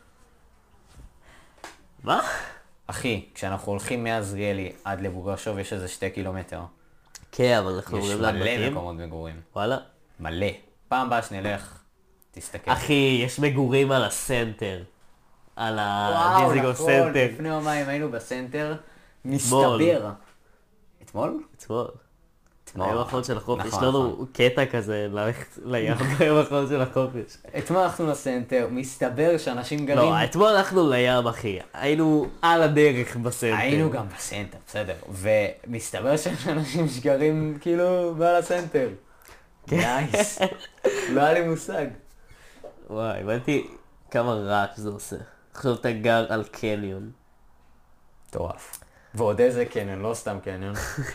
מה? אחי, כשאנחנו הולכים מעזריאלי עד לבוגרשוב יש איזה 2 קילומטר. כן, אבל אנחנו יש עוברים ליד מלא בתים. מקומות מגורים. וואלה. מלא. פעם הבאה שנלך, תסתכל. אחי, יש מגורים על הסנטר. על הדיזיגו סנטר. לפני יומיים היינו בסנטר, מסתבר. אתמול? אתמול. היום האחרון של החופש, יש נכון, לנו קטע כזה ללכת לים ביום האחרון של החופש. אתמול הלכנו לסנטר, מסתבר שאנשים גרים... לא, אתמול הלכנו לים, אחי. היינו על הדרך בסנטר. היינו גם בסנטר, בסדר. ומסתבר שיש אנשים שגרים כאילו בעל הסנטר. נייס. לא היה לי מושג. וואי, הבנתי כמה רעש זה עושה. עכשיו אתה גר על קניון. מטורף. ועוד איזה קניון, לא סתם קניון.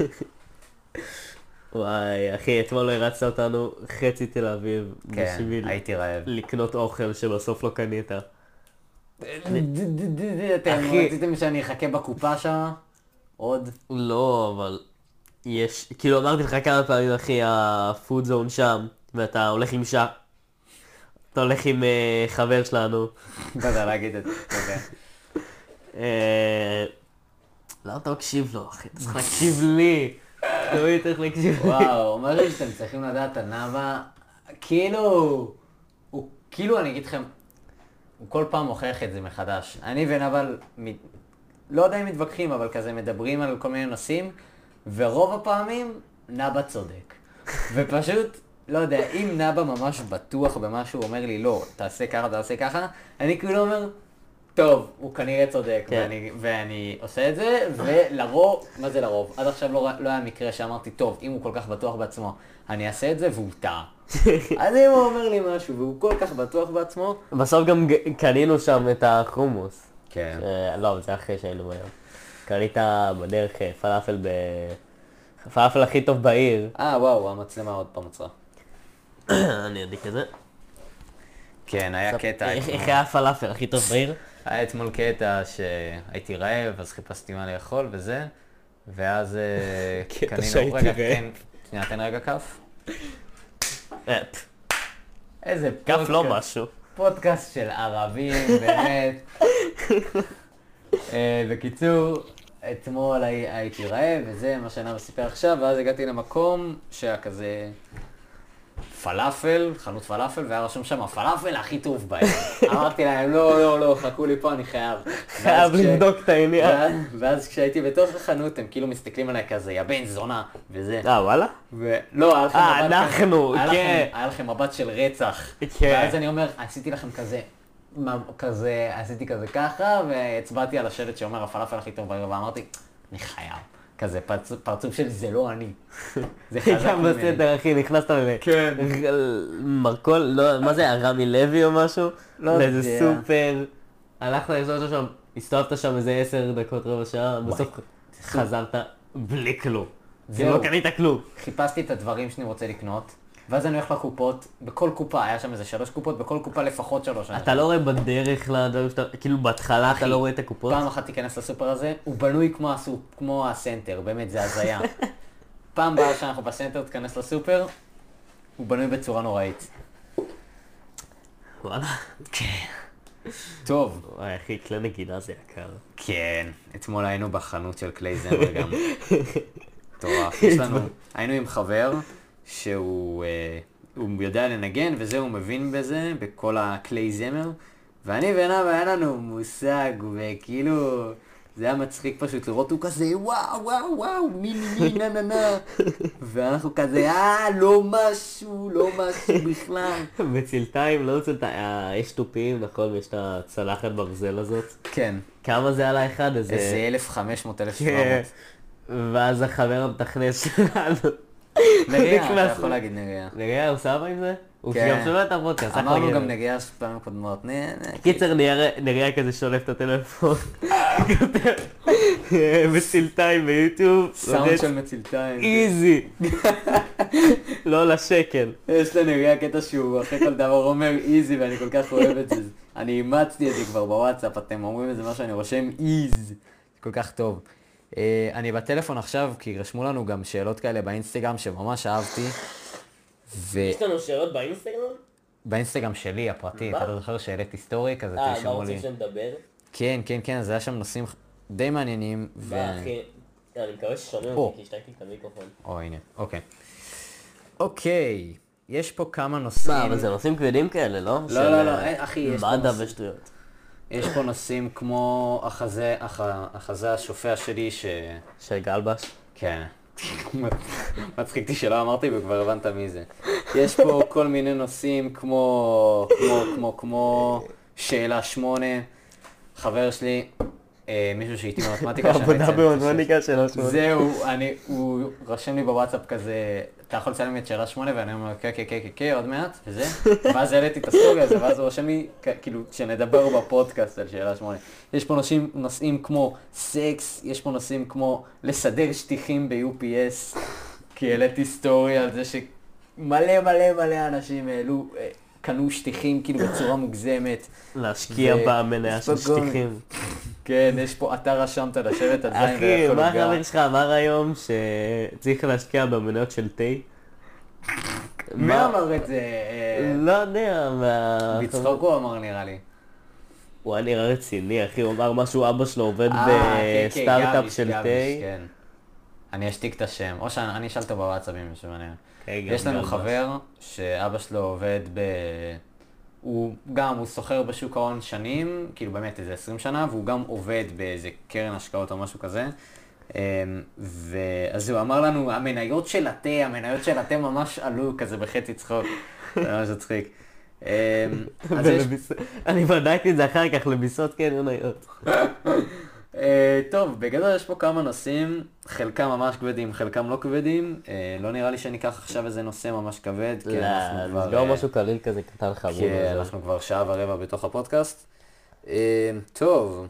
וואי, אחי, אתמול הרצת אותנו חצי תל אביב. כן, בשביל הייתי רעב. לקנות אוכל שבסוף לא קנית. אתם אחי. רציתם שאני אחכה בקופה שם? עוד? לא, אבל יש, כאילו אמרתי לך כמה פעמים, אחי, הפוד זון שם, ואתה הולך עם אתה הולך עם חבר שלנו. לא יודע להגיד את זה. אוקיי. למה אתה מקשיב לו, אחי? אתה צריך להקשיב לי. תמיד צריך להקשיב לי. וואו, מה זה שאתם צריכים לדעת, הנאווה, כאילו, הוא, כאילו אני אגיד לכם, הוא כל פעם מוכיח את זה מחדש. אני ונבל, לא יודע אם מתווכחים, אבל כזה מדברים על כל מיני נושאים, ורוב הפעמים נאבה צודק. ופשוט, לא יודע, אם נאבה ממש בטוח במה שהוא אומר לי, לא, תעשה ככה, אני כאילו אומר, טוב, הוא כנראה צודק, כן. ואני עושה את זה, ולרוב, מה זה לרוב? עד עכשיו לא היה מקרה שאמרתי, טוב, אם הוא כל כך בטוח בעצמו, אני אעשה את זה והוא טעה. אז אם הוא אומר לי משהו והוא כל כך בטוח בעצמו... בסוף גם קנינו שם את החומוס. כן. לא, אבל זה אחרי שהיינו ביום. קנית בדרך פלאפל הכי טוב בעיר. וואו, המצלמה עוד פעם עצרה. אני אדליק את זה. כן, היה קטע. איך היה הפלאפל הכי טוב בעיר? היה אתמול קטע שהייתי רעב, אז חיפשתי מה לאכול וזה, ואז קטע קנינו... שהייתי רגע, רעב. שנייה, תן רגע כף. אה, איזה כף לא משהו. פודקאסט של ערבים, באמת. בקיצור, אתמול הייתי רעב, וזה מה שנאמר סיפר עכשיו, ואז הגעתי למקום שהיה כזה פלאפל, חנות פלאפל, והיה רשום שם, הפלאפל הכי טוב בעיר. אמרתי להם, לא, חכו לי פה, אני חייב. חייב לבדוק את העניין. ואז כשהייתי בתוך החנות, הם כאילו מסתכלים עליי כזה, יא בן זונה, וזה. וואלה? ולא, היה לכם מבט אנחנו, כן. היה לכם מבט של רצח. כן. ואז אני אומר, עשיתי לכם כזה, עשיתי כזה ככה, והצבעתי על השלט שאומר הפלאפל הכי טוב בעיר, ואמרתי, אני חייב. כזה פרצוף של זה לא אני. זה חזק גם ממני. בסדר, אחי, נכנסת כן. מרכול, לא, מה זה, רמי לוי או משהו? לא לאיזה יודע. סופר. הלכת לסופר שם, הסתובבת שם איזה 10 דקות, רבע שעה, בסוף חזרת בלי כלום. זהו. לא קנית כלום. חיפשתי את הדברים שאני רוצה לקנות, ואז אני הולך לקופות, בכל קופה, היה שם איזה 3 קופות, בכל קופה לפחות 3. אתה לא רואה בדרך לדברים שאתה, כאילו בהתחלה אתה לא רואה את הקופות? פעם אחת תיכנס לסופר הזה, הוא בנוי כמו הסנטר, באמת זה הזיה. פעם באה שאנחנו בסנטר תיכנס לסופר, הוא בנוי בצורה נוראית. וואלה. כן. טוב. וואי אחי, כלי נגינה זה יקר. כן, אתמול היינו בחנות של כלי זמר גם. מטורף. יש לנו, היינו עם חבר שהוא הוא יודע לנגן וזה, הוא מבין בזה, בכל הכלי זמר, ואני ונאווה היה לנו מושג, וכאילו, זה היה מצחיק פשוט לראות, הוא כזה וואו, ני נה נה נה, ואנחנו כזה, לא משהו בכלל. בצלתיים, לא בצלתיים, יש תופים, נכון, ויש את הצלחת ברזל הזאת. כן. כמה זה על האחד? איזה 1,500, 1,700. ואז החבר המתכנס שלנו. נגיה, אתה יכול להגיד נגיה. נגיה, הוא סבא עם זה? הוא כן. גם שומע את הפודקאסט. אמרנו גם נגיה פעמים קודמות. קיצר, נגיה כזה שולף את הטלפון. כותב בצלתיים ביוטיוב. סאונד של מצלתיים. איזי. לא לשקל. יש לנגיה קטע שהוא אחרי כל דבר אומר איזי, ואני כל כך אוהב את זה. אני אימצתי את זה כבר בוואטסאפ, אתם אומרים את זה מה שאני רושם איז. כל כך טוב. אני בטלפון עכשיו, כי רשמו לנו גם שאלות כאלה באינסטגרם שממש אהבתי. יש לנו שאלות באינסטגרם? באינסטגרם שלי, הפרטי, אתה לא זוכר שהעליתי סטורי כזה, מה תשמעו לי. רוצים שנדבר? כן, אז היה שם נושאים די מעניינים. מה אחי? אני מקווה ששומעים אותי, כי השתקתי את המיקרופון. הנה, אוקיי, יש פה כמה נושאים. מה, אבל זה נושאים כבדים כאלה, לא? לא, אחי, יש פה מדע נושאים. ושטויות. יש פה נושאים כמו החזה השופע שלי של גלבש? כן. מצחיק אותי שלא אמרתי וכבר הבנת מי זה. יש פה כל מיני נושאים כמו שאלה 8, חבר שלי, מישהו שאיתי במתמטיקה. עבודה במתמטיקה שאלה 8. זהו, הוא רשם לי בוואטסאפ כזה, אתה יכול לצלם את שאלה 8 ואני אומר כן, עוד מעט, וזה. ואז העליתי את הסטורי הזה, ואז הוא רשם לי, כאילו, שנדבר בפודקאסט על שאלה 8. יש פה נושאים כמו סקס, יש פה נושאים כמו לסדר שטיחים ב-UPS, כי העליתי סטורי על זה שמלא אנשים קנו שטיחים כאילו בצורה מוגזמת. להשקיע במניה של שטיחים. כן, יש פה, אתה רשמת לשבת על זין אחי, מה החבר שלך אמר היום שצריך להשקיע במניות של תה? מי אמר את זה? לא יודע, בצחוק הוא אמר נראה לי. הוא היה נראה רציני, אחי, הוא אמר משהו, אבא שלו עובד בסטארט-אפ של תה. אני אשתיק את השם, או שאני אשאל אותו בוואטסאפים שמעניין. יש לנו חבר שאבא שלו עובד הוא סוחר בשוק ההון שנים, כאילו באמת איזה 20 שנה, והוא גם עובד באיזה קרן השקעות או משהו כזה. אז הוא אמר לנו, המניות של התה ממש עלו כזה בחצי צחוק. זה ממש הצחיק. אז יש... אני בדקתי את זה אחר כך לביסות קניוניות. טוב, בגדול יש פה כמה נושאים, חלקם ממש כבדים, חלקם לא כבדים. לא נראה לי שניקח עכשיו איזה נושא ממש כבד, כי אנחנו כבר... לא משהו קליל כזה קטן חבוד. כן, אנחנו כבר שעה ורבע בתוך הפודקאסט. טוב,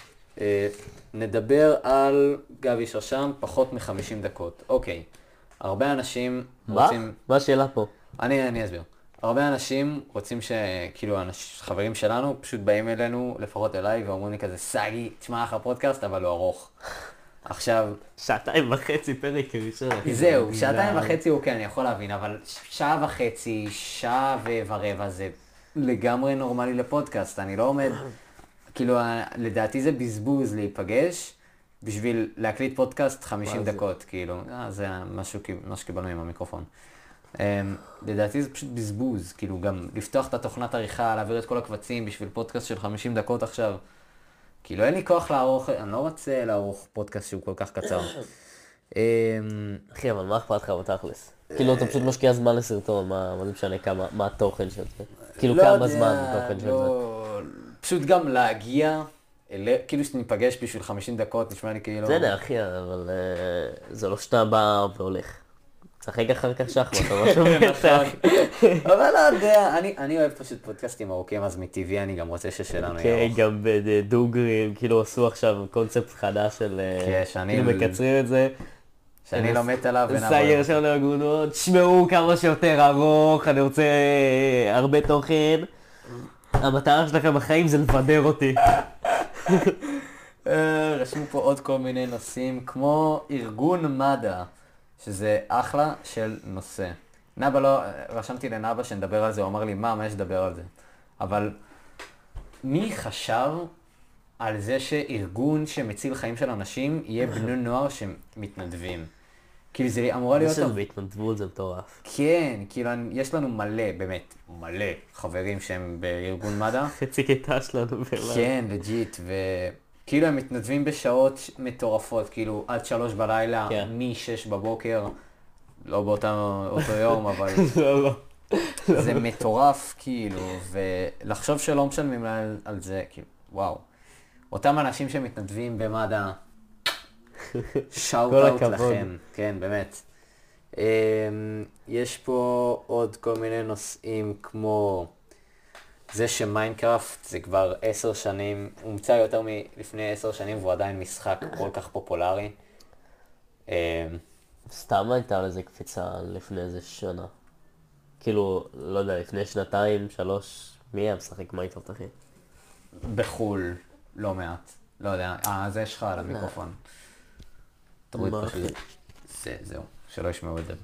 נדבר על גבי שושם פחות מ-50 דקות. אוקיי, הרבה אנשים רוצים... מה השאלה פה? אני אסביר. הרבה אנשים רוצים שכאילו חברים שלנו פשוט באים אלינו, לפחות אליי, ואומרים לי כזה, סגי, תשמע לך פודקאסט, אבל הוא ארוך. עכשיו... 2.5 פרק ראשון. זהו, 2.5 הוא כן, אני יכול להבין, אבל 1.5 שעה, 1.15 זה לגמרי נורמלי לפודקאסט. אני לא עומד, כאילו, לדעתי זה בזבוז להיפגש בשביל להקליט פודקאסט 50 דקות, כאילו. זה מה שקיבלנו עם המיקרופון. לדעתי זה פשוט בזבוז, כאילו גם לפתוח את התוכנת עריכה, להעביר את כל הקבצים בשביל פודקאסט של 50 דקות עכשיו. כאילו אין לי כוח לערוך, אני לא רוצה לערוך פודקאסט שהוא כל כך קצר. אחי, אבל מה אכפת לך בתכלס? כאילו אתה פשוט משקיע זמן לסרטון, מה זה משנה מה התוכן של זה? כאילו כמה זמן התוכן של זה? פשוט גם להגיע, כאילו שניפגש בשביל 50 דקות, נשמע לי כאילו... בסדר אחי, אבל זה לא שאתה בא והולך. צחק אחר כך שחמט או משהו מייצר. אבל לא יודע, אני אוהב פשוט פודקאסטים ארוכים, אז מטבעי אני גם רוצה ששלנו יהיה ארוך. כן, גם בדוגרים, כאילו עשו עכשיו קונספט חדש של... כאילו מקצרים את זה. שאני לא מת עליו ונעבור. סייר של הארגונות, תשמעו כמה שיותר ארוך, אני רוצה הרבה תוכן. המטרה שלכם בחיים זה לבדר אותי. רשמו פה עוד כל מיני נושאים, כמו ארגון מד"א. שזה אחלה של נושא. נאבא לא, רשמתי לנאבא שנדבר על זה, הוא אמר לי, מה יש לדבר על זה? אבל מי חשב על זה שארגון שמציל חיים של אנשים יהיה בני נוער שמתנדבים? כאילו זה אמורה להיות... זה בהתנדבות, זה מטורף. כן, כאילו יש לנו מלא, באמת, מלא חברים שהם בארגון מד"א. חצי כיתה שלנו באמת. כן, לג'יט, כאילו הם מתנדבים בשעות מטורפות, כאילו עד 3 בלילה, מ-6 בבוקר, לא באותו יום, אבל זה מטורף, כאילו, ולחשוב שלא משלמים על זה, כאילו, וואו. אותם אנשים שמתנדבים במד"א, שאוט אאוט לכם, כן, באמת. יש פה עוד כל מיני נושאים כמו... זה שמיינקראפט זה כבר 10 שנים, הוא הומצא יותר מלפני 10 שנים והוא עדיין משחק כל כך פופולרי. סתם הייתה לזה קפיצה לפני איזה שנה. כאילו, לא יודע, לפני 2, 3, מי היה משחק מיינקראפט אחי? בחול, לא מעט. לא יודע, זה יש לך על המיקרופון. תוריד פשוט. זהו, שלא ישמעו את זה.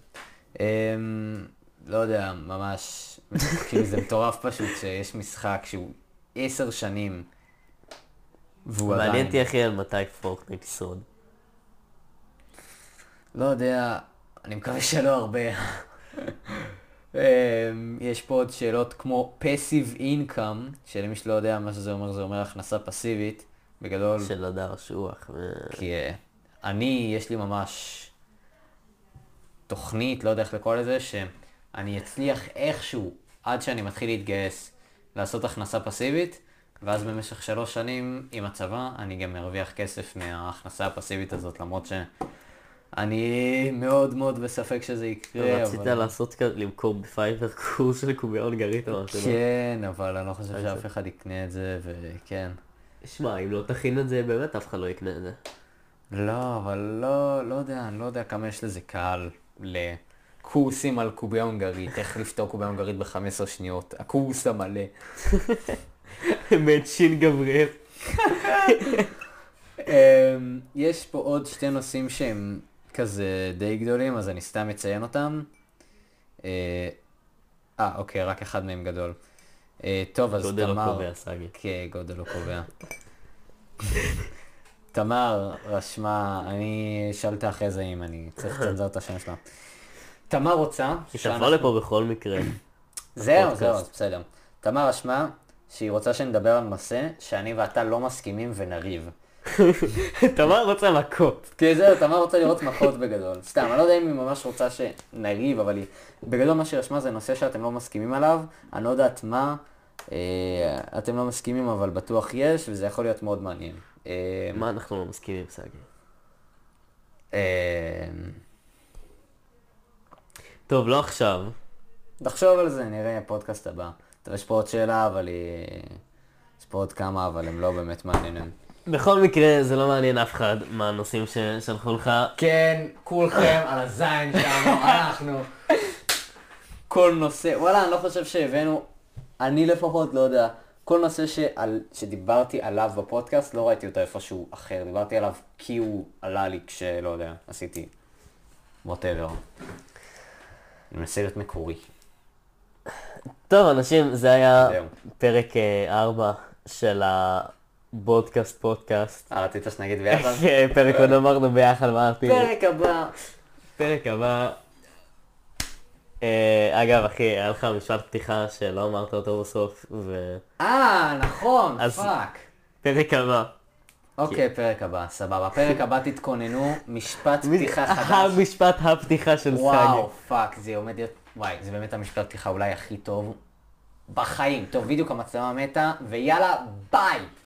לא יודע, ממש, כאילו זה מטורף פשוט שיש משחק שהוא 10 שנים והוא עדיין... מעניין אותי אחי על מתי פורטנייט ישרוד. לא יודע, אני מקווה שלא הרבה. יש פה עוד שאלות כמו passive income, שלמי שלא יודע מה שזה אומר, זה אומר הכנסה פסיבית, בגדול. של הדר שוח. כי יש לי ממש תוכנית, לא יודע איך לקרוא לזה, אני אצליח איכשהו, עד שאני מתחיל להתגייס, לעשות הכנסה פסיבית, ואז במשך 3 שנים עם הצבא, אני גם מרוויח כסף מההכנסה הפסיבית הזאת, למרות שאני מאוד מאוד בספק שזה יקרה. רצית לעשות כזה, למכור בפייבר קורס של קובייה הונגרית או משהו? כן, אבל אני לא חושב שאף אחד יקנה את זה, וכן. שמע, אם לא תכין את זה, באמת אף אחד לא יקנה את זה. לא, אבל לא יודע, אני לא יודע כמה יש לזה קהל קורסים על קובייה הונגרית, איך לפתור קובייה הונגרית ב-15 שניות, הקורס המלא. באמת שין גבריאל. יש פה עוד 2 נושאים שהם כזה די גדולים, אז אני סתם אציין אותם. אוקיי, רק אחד מהם גדול. טוב, אז תמר... גודל לא קובע, סגי. כן, גודל לא קובע. תמר רשמה, אני שאלת אחרי זה אם אני צריך לצנזר את השם שלה. תמר רוצה... היא תבוא לפה בכל מקרה. זהו, בסדר. תמר רשמה שהיא רוצה שנדבר על נושא שאני ואתה לא מסכימים ונריב. תמר רוצה מכות. כי זהו, תמר רוצה לראות מכות בגדול. סתם, אני לא יודע אם היא ממש רוצה שנריב, אבל היא... בגדול מה שרשמה זה נושא שאתם לא מסכימים עליו, אני לא יודעת מה, אתם לא מסכימים, אבל בטוח יש, וזה יכול להיות מאוד מעניין. מה אנחנו לא מסכימים, סגי? טוב, לא עכשיו. תחשוב על זה, נראה פודקאסט הבא. טוב, יש פה עוד שאלה, אבל יש פה עוד כמה, אבל הם לא באמת מעניינים. בכל מקרה, זה לא מעניין אף אחד מה הנושאים ששלחו לך. כן, כולכם על הזין שלנו, אנחנו. כל נושא, וואלה, אני לא חושב שהבאנו, אני לפחות לא יודע, כל נושא שדיברתי עליו בפודקאסט, לא ראיתי אותו איפשהו אחר, דיברתי עליו כי הוא עלה לי כשלא יודע, עשיתי whatever. אני מנסה להיות מקורי. טוב, אנשים, זה היה זהו. פרק 4 של הבודקאסט פודקאסט. רצית שנגיד ביחד? פרק עוד אמרנו ביחד, אמרתי. פרק הבא. פרק הבא. אגב, אחי, היה לך משפט פתיחה שלא אמרת אותו בסוף, נכון, אז- פאק. פרק הבא. אוקיי, פרק הבא, סבבה. פרק הבא תתכוננו, משפט פתיחה חדש. המשפט הפתיחה של סגי. וואו, פאק, זה עומד להיות... וואי, זה באמת המשפט פתיחה אולי הכי טוב בחיים. טוב, בדיוק המצלמה מתה, ויאללה, ביי!